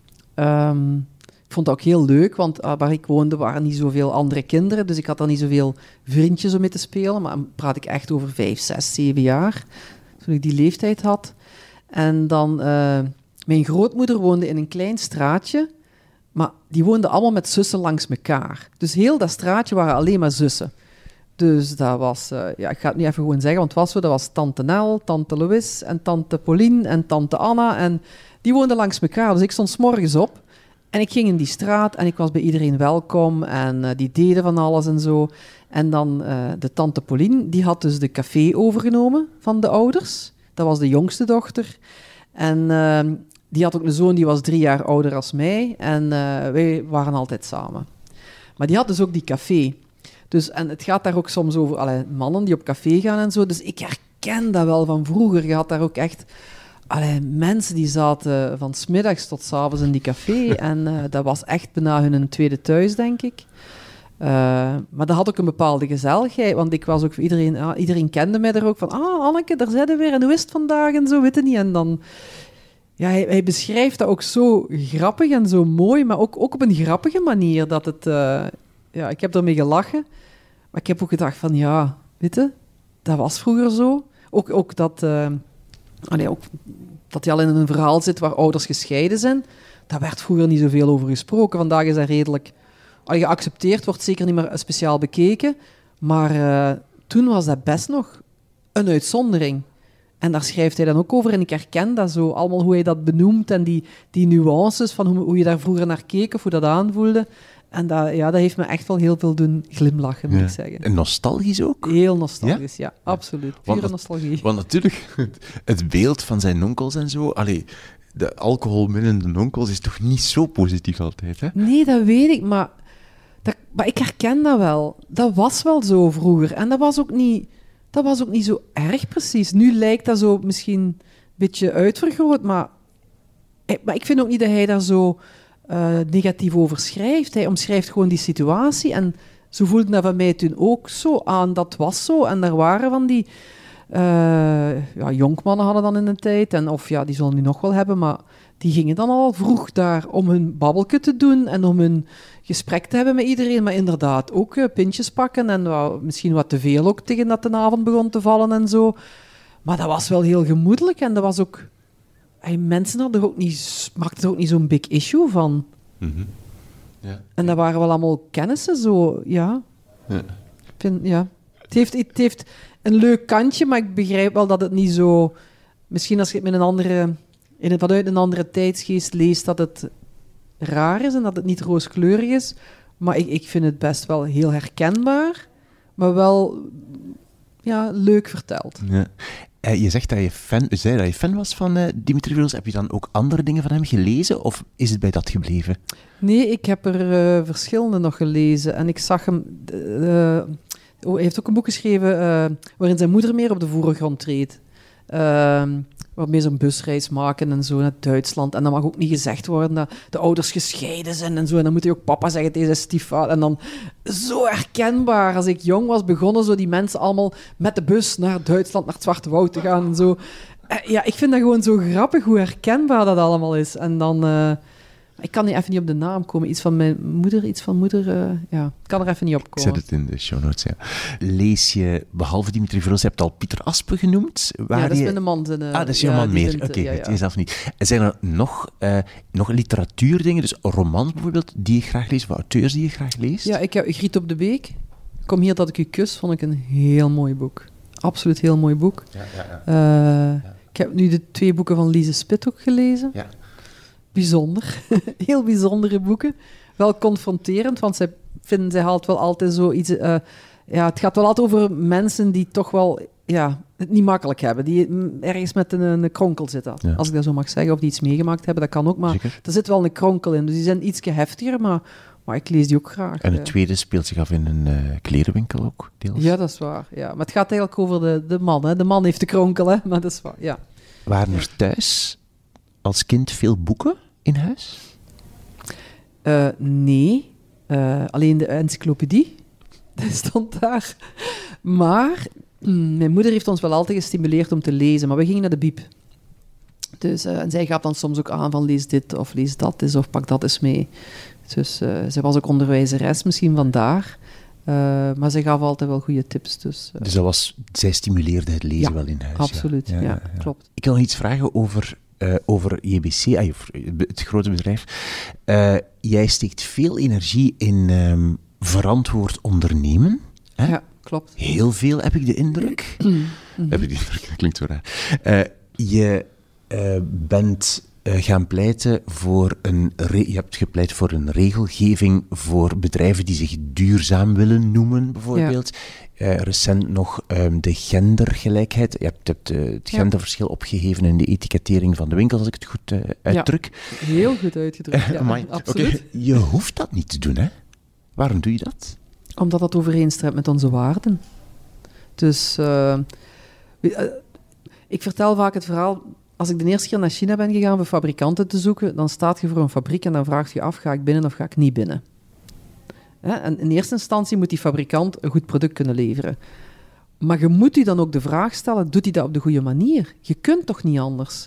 B: Um, ik vond dat ook heel leuk, want uh, waar ik woonde waren niet zoveel andere kinderen, dus ik had daar niet zoveel vriendjes om mee te spelen, maar dan praat ik echt over vijf, zes, zeven jaar, toen ik die leeftijd had. En dan, uh, mijn grootmoeder woonde in een klein straatje, maar die woonden allemaal met zussen langs elkaar. Dus heel dat straatje waren alleen maar zussen. Dus dat was, uh, ja, ik ga het nu even gewoon zeggen, want het was zo, dat was tante Nel, tante Louis en tante Pauline en tante Anna. En die woonden langs elkaar. Dus ik stond 's morgens op en ik ging in die straat en ik was bij iedereen welkom en uh, die deden van alles en zo. En dan uh, de tante Pauline, die had dus de café overgenomen van de ouders. Dat was de jongste dochter. En uh, die had ook een zoon, die was drie jaar ouder als mij. En uh, wij waren altijd samen. Maar die had dus ook die café. Dus, en het gaat daar ook soms over allee, mannen die op café gaan en zo. Dus ik herken dat wel van vroeger. Je had daar ook echt allee, mensen die zaten van 's middags tot 's avonds in die café. En uh, dat was echt bijna hun tweede thuis, denk ik. Uh, maar dat had ook een bepaalde gezelligheid. Want ik was ook voor iedereen... Ja, iedereen kende mij er ook van... Ah, Anneke, daar zijn we weer. En hoe is het vandaag? En zo, weet je niet. En dan... Ja, hij, hij beschrijft dat ook zo grappig en zo mooi. Maar ook, ook op een grappige manier. Dat het... Uh, ja, ik heb ermee gelachen. Maar ik heb ook gedacht van, ja, weet je, dat was vroeger zo. Ook, ook dat, uh, allee, ook dat hij al in een verhaal zit waar ouders gescheiden zijn. Daar werd vroeger niet zoveel over gesproken. Vandaag is dat redelijk allee, geaccepteerd, wordt zeker niet meer speciaal bekeken. Maar uh, toen was dat best nog een uitzondering. En daar schrijft hij dan ook over. En ik herken dat zo, allemaal hoe hij dat benoemt en die, die nuances van hoe, hoe je daar vroeger naar keek of hoe dat aanvoelde. En dat, ja, dat heeft me echt wel heel veel doen glimlachen, moet
D: ja.
B: ik zeggen.
D: En nostalgisch ook?
B: Heel nostalgisch, ja, ja absoluut. Pure
D: want,
B: nostalgie.
D: Want natuurlijk, het beeld van zijn onkels en zo... Allee, de alcoholminnende onkels is toch niet zo positief altijd, hè?
B: Nee, dat weet ik, maar, dat, maar ik herken dat wel. Dat was wel zo vroeger. En dat was ook niet, dat was ook niet zo erg precies. Nu lijkt dat zo misschien een beetje uitvergroot, maar, maar ik vind ook niet dat hij daar zo... Uh, negatief over schrijft. Hij omschrijft gewoon die situatie en zo voelde dat van mij toen ook zo aan. Dat was zo en er waren van die uh, ja, jonkmannen hadden dan in de tijd en of ja, die zullen nu nog wel hebben, maar die gingen dan al vroeg daar om hun babbelke te doen en om hun gesprek te hebben met iedereen, maar inderdaad ook uh, pintjes pakken en uh, misschien wat te veel ook tegen dat de avond begon te vallen en zo. Maar dat was wel heel gemoedelijk en dat was ook... Hey, mensen hadden er ook niet, maakten er ook niet zo'n big issue van.
D: Mm-hmm. Ja.
B: En dat waren wel allemaal kennissen, zo, ja.
D: Ja.
B: Ik vind, ja. Het heeft, het heeft een leuk kantje, maar ik begrijp wel dat het niet zo... Misschien als je het met een andere, in het, vanuit een andere tijdsgeest leest, dat het raar is en dat het niet rooskleurig is. Maar ik, ik vind het best wel heel herkenbaar. maar wel ja, leuk verteld.
D: Ja. Uh, je zegt dat je fan, zei dat je fan was van uh, Dimitri Veronis. Heb je dan ook andere dingen van hem gelezen of is het bij dat gebleven?
B: Nee, ik heb er uh, verschillende nog gelezen. En ik zag hem... Uh, oh, hij heeft ook een boek geschreven uh, waarin zijn moeder meer op de voorgrond treedt. Uh, waarmee ze een busreis maken en zo naar Duitsland. En dan mag ook niet gezegd worden dat de ouders gescheiden zijn en zo. En dan moet hij ook papa zeggen tegen zijn stiefvader. En dan zo herkenbaar. Als ik jong was, begonnen zo die mensen allemaal met de bus naar Duitsland, naar het Zwarte Woud te gaan en zo. Ja, ik vind dat gewoon zo grappig hoe herkenbaar dat allemaal is. En dan... Uh, ik kan niet even niet op de naam komen. Iets van mijn moeder, iets van moeder... Uh, ja, ik kan er even niet op komen.
D: Ik zet het in de show notes, ja. Lees je, behalve Dimitri Veronis, je hebt al Pieter Aspe genoemd.
B: Waar
D: ja,
B: dat
D: je...
B: is mijn man. Zijn, uh,
D: ah, dat is jouw
B: ja,
D: man meer. Oké,
B: okay,
D: ja,
B: ja, ja.
D: jezelf niet. Zijn er nog, uh, nog literatuurdingen, dus romans bijvoorbeeld, die je graag leest, of auteurs die je graag leest?
B: Ja, ik heb Griet op de Beek. Kom hier dat ik u kus, vond ik een heel mooi boek. Absoluut heel mooi boek.
D: Ja, ja, ja.
B: Uh,
D: ja.
B: Ik heb nu de twee boeken van Lise Spit ook gelezen.
D: Ja.
B: Bijzonder. Heel bijzondere boeken. Wel confronterend, want zij, vinden, zij haalt wel altijd zoiets... Uh, ja, het gaat wel altijd over mensen die toch wel ja, het niet makkelijk hebben. Die ergens met een, een kronkel zitten. Ja. Als ik dat zo mag zeggen. Of die iets meegemaakt hebben, dat kan ook. Maar Zeker. Er zit wel een kronkel in. Dus die zijn ietsje heftiger, maar, maar ik lees die ook graag.
D: En het tweede speelt zich af in een uh, klerenwinkel ook, deels?
B: Ja, dat is waar. Ja. Maar het gaat eigenlijk over de, de man. Hè. De man heeft de kronkel, hè. Maar dat is waar, ja.
D: Waren er thuis als kind veel boeken in huis?
B: Uh, nee. Uh, alleen de encyclopedie. Dat stond daar. Maar mm, mijn moeder heeft ons wel altijd gestimuleerd om te lezen. Maar we gingen naar de bieb. Dus, uh, en zij gaf dan soms ook aan van lees dit of lees dat eens of pak dat eens mee. Dus uh, zij was ook onderwijzeres, misschien vandaar. Uh, maar zij gaf altijd wel goede tips. Dus, uh.
D: dus dat was, zij stimuleerde het lezen
B: ja,
D: wel in huis?
B: Absoluut, ja, ja, ja, ja. klopt.
D: Ik wil nog iets vragen over... Uh, over J B C, uh, het grote bedrijf. Uh, jij steekt veel energie in um, verantwoord ondernemen. Hè?
B: Ja, klopt.
D: Heel veel, heb ik de indruk.
B: Mm-hmm.
D: Heb ik de indruk, dat klinkt zo raar. Uh, je uh, bent uh, gaan pleiten voor een... Re- je hebt gepleit voor een regelgeving voor bedrijven die zich duurzaam willen noemen, bijvoorbeeld. Ja. Uh, recent nog um, de gendergelijkheid. Je hebt, hebt uh, het genderverschil ja. opgegeven in de etikettering van de winkels, als ik het goed uh, uitdruk.
B: Ja, heel goed uitgedrukt, ja,
D: uh, absoluut. Okay. Je hoeft dat niet te doen, hè? Waarom doe je dat?
B: Omdat dat overeenstemt met onze waarden. Dus uh, uh, ik vertel vaak het verhaal... Als ik de eerste keer naar China ben gegaan voor fabrikanten te zoeken, dan staat je voor een fabriek en dan vraagt je af, ga ik binnen of ga ik niet binnen? Ja, en in eerste instantie moet die fabrikant een goed product kunnen leveren. Maar je moet je dan ook de vraag stellen, doet hij dat op de goede manier? Je kunt toch niet anders?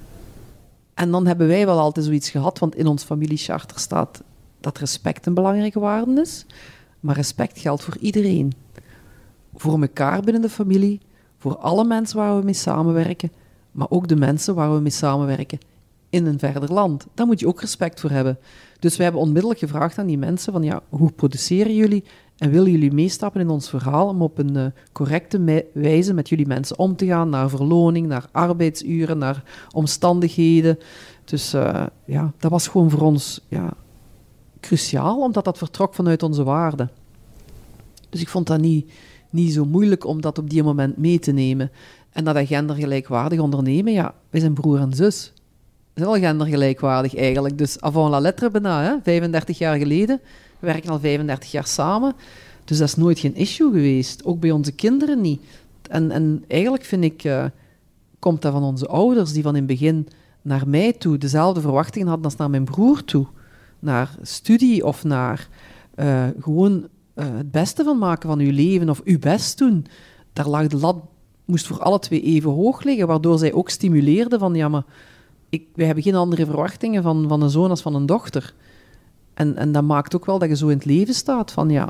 B: En dan hebben wij wel altijd zoiets gehad, want in ons familiecharter staat dat respect een belangrijke waarde is. Maar respect geldt voor iedereen. Voor elkaar binnen de familie, voor alle mensen waar we mee samenwerken, maar ook de mensen waar we mee samenwerken in een verder land. Daar moet je ook respect voor hebben. Dus wij hebben onmiddellijk gevraagd aan die mensen van ja, hoe produceren jullie en willen jullie meestappen in ons verhaal om op een uh, correcte me- wijze met jullie mensen om te gaan, naar verloning, naar arbeidsuren, naar omstandigheden. Dus uh, ja, dat was gewoon voor ons ja, cruciaal, omdat dat vertrok vanuit onze waarden. Dus ik vond dat niet, niet zo moeilijk om dat op die moment mee te nemen. En dat gendergelijkwaardig ondernemen, ja, wij zijn broer en zus. We zijn al gendergelijkwaardig eigenlijk. Dus avant la lettre bijna, hè? vijfendertig jaar geleden. We werken al vijfendertig jaar samen. Dus dat is nooit geen issue geweest. Ook bij onze kinderen niet. En, en eigenlijk vind ik, uh, komt dat van onze ouders, die van in het begin naar mij toe dezelfde verwachtingen hadden als naar mijn broer toe. Naar studie of naar uh, gewoon uh, het beste van maken van uw leven of uw best doen. Daar lag de lat, moest voor alle twee even hoog liggen, waardoor zij ook stimuleerden van, ja, maar ik, wij hebben geen andere verwachtingen van, van een zoon als van een dochter. En, en dat maakt ook wel dat je zo in het leven staat van, ja,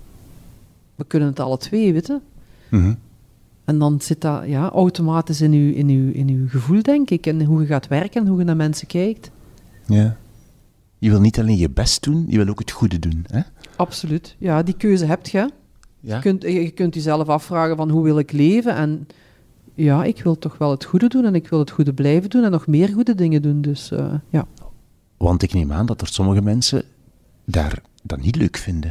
B: we kunnen het alle twee, weet je.
D: Mm-hmm.
B: En dan zit dat ja, automatisch in uw, in, uw, in uw gevoel, denk ik, en hoe je gaat werken en hoe je naar mensen kijkt.
D: Ja. Je wil niet alleen je best doen, je wil ook het goede doen, hè?
B: Absoluut. Ja, die keuze heb je.
D: Ja?
B: Je kunt, je kunt jezelf afvragen van, hoe wil ik leven? En ja, ik wil toch wel het goede doen en ik wil het goede blijven doen en nog meer goede dingen doen, dus uh, ja.
D: Want ik neem aan dat er sommige mensen daar dat niet leuk vinden.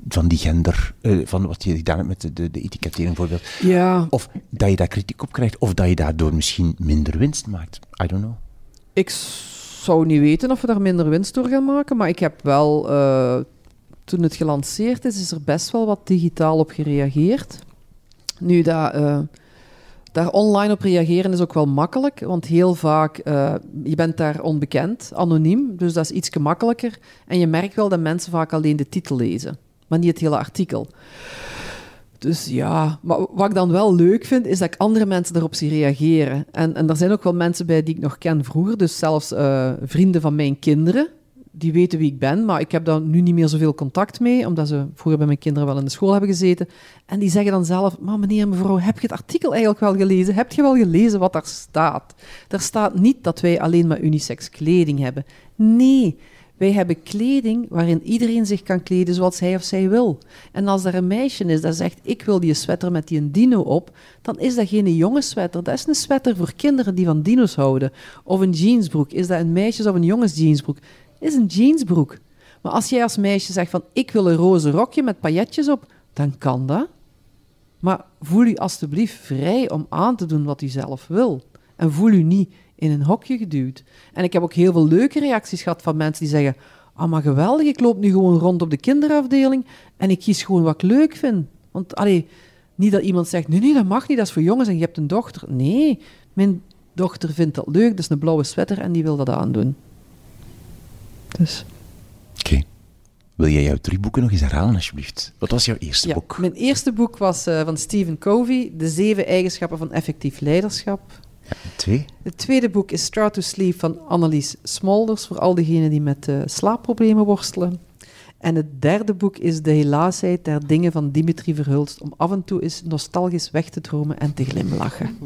D: van die gender, uh, van wat je gedaan hebt met de, de, de etikettering bijvoorbeeld.
B: Ja.
D: Of dat je daar kritiek op krijgt, of dat je daardoor misschien minder winst maakt. I don't know.
B: Ik zou niet weten of we daar minder winst door gaan maken, maar ik heb wel, uh, toen het gelanceerd is, is er best wel wat digitaal op gereageerd. Nu, dat, uh, daar online op reageren is ook wel makkelijk, want heel vaak, uh, je bent daar onbekend, anoniem, dus dat is iets gemakkelijker. En je merkt wel dat mensen vaak alleen de titel lezen, maar niet het hele artikel. Dus ja, maar wat ik dan wel leuk vind, is dat ik andere mensen daarop zie reageren. En, en er zijn ook wel mensen bij die ik nog ken vroeger, dus zelfs uh, vrienden van mijn kinderen, die weten wie ik ben, maar ik heb daar nu niet meer zoveel contact mee, omdat ze vroeger bij mijn kinderen wel in de school hebben gezeten. En die zeggen dan zelf, maar meneer, mevrouw, heb je het artikel eigenlijk wel gelezen? Heb je wel gelezen wat daar staat? Er staat niet dat wij alleen maar unisex kleding hebben. Nee, wij hebben kleding waarin iedereen zich kan kleden zoals hij of zij wil. En als er een meisje is dat zegt, ik wil die sweater met die een dino op, dan is dat geen jongenssweater. Dat is een sweater voor kinderen die van dino's houden. Of een jeansbroek. Is dat een meisjes- of een jongensjeansbroek? Is een jeansbroek. Maar als jij als meisje zegt van, ik wil een roze rokje met pailletjes op, dan kan dat. Maar voel u alstublieft vrij om aan te doen wat u zelf wil. En voel u niet in een hokje geduwd. En ik heb ook heel veel leuke reacties gehad van mensen die zeggen, ah, maar geweldig, ik loop nu gewoon rond op de kinderafdeling en ik kies gewoon wat ik leuk vind. Want, allee, niet dat iemand zegt, nee, nee, dat mag niet, dat is voor jongens en je hebt een dochter. Nee, mijn dochter vindt dat leuk, dat is een blauwe sweater en die wil dat aandoen. Dus.
D: Oké. Okay. Wil jij jouw drie boeken nog eens herhalen, alsjeblieft? Wat was jouw eerste
B: ja,
D: boek?
B: Mijn eerste boek was uh, van Stephen Covey, De Zeven Eigenschappen van Effectief Leiderschap.
D: Ja, twee?
B: Het tweede boek is Start to Sleep van Annelies Smolders, voor al diegenen die met uh, slaapproblemen worstelen. En het derde boek is De Helaasheid der Dingen van Dimitri Verhulst, om af en toe eens nostalgisch weg te dromen en te glimlachen.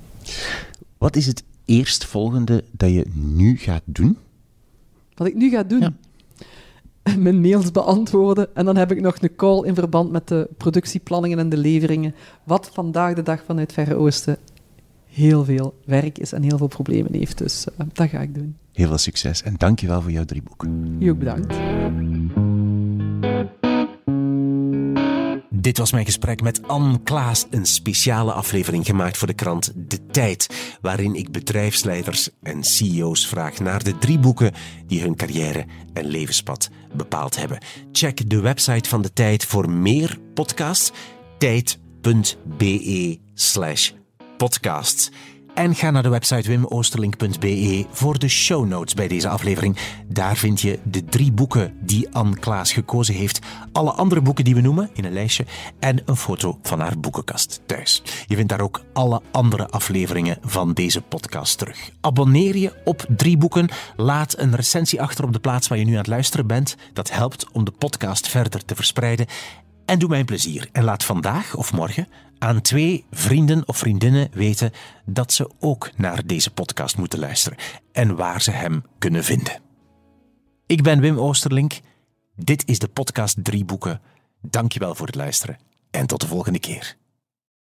D: Wat is het eerstvolgende dat je nu gaat doen?
B: Wat ik nu ga doen? Ja. Mijn mails beantwoorden en dan heb ik nog een call in verband met de productieplanningen en de leveringen, wat vandaag de dag vanuit Verre Oosten heel veel werk is en heel veel problemen heeft. Dus uh, dat ga ik doen.
D: Heel veel succes en dankjewel voor jouw drie boeken.
B: Je ook bedankt.
C: Dit was mijn gesprek met Anne Klaas, een speciale aflevering gemaakt voor de krant De Tijd, waarin ik bedrijfsleiders en C E O's vraag naar de drie boeken die hun carrière en levenspad bepaald hebben. Check de website van De Tijd voor meer podcasts, tijd.be slash podcasts. En ga naar de website wim oosterlink punt b e voor de show notes bij deze aflevering. Daar vind je de drie boeken die Anne Klaas gekozen heeft, alle andere boeken die we noemen in een lijstje en een foto van haar boekenkast thuis. Je vindt daar ook alle andere afleveringen van deze podcast terug. Abonneer je op drie boeken, laat een recensie achter op de plaats waar je nu aan het luisteren bent. Dat helpt om de podcast verder te verspreiden. En doe mij een plezier en laat vandaag of morgen aan twee vrienden of vriendinnen weten dat ze ook naar deze podcast moeten luisteren en waar ze hem kunnen vinden. Ik ben Wim Oosterlink. Dit is de podcast Drie Boeken. Dank je wel voor het luisteren en tot de volgende keer.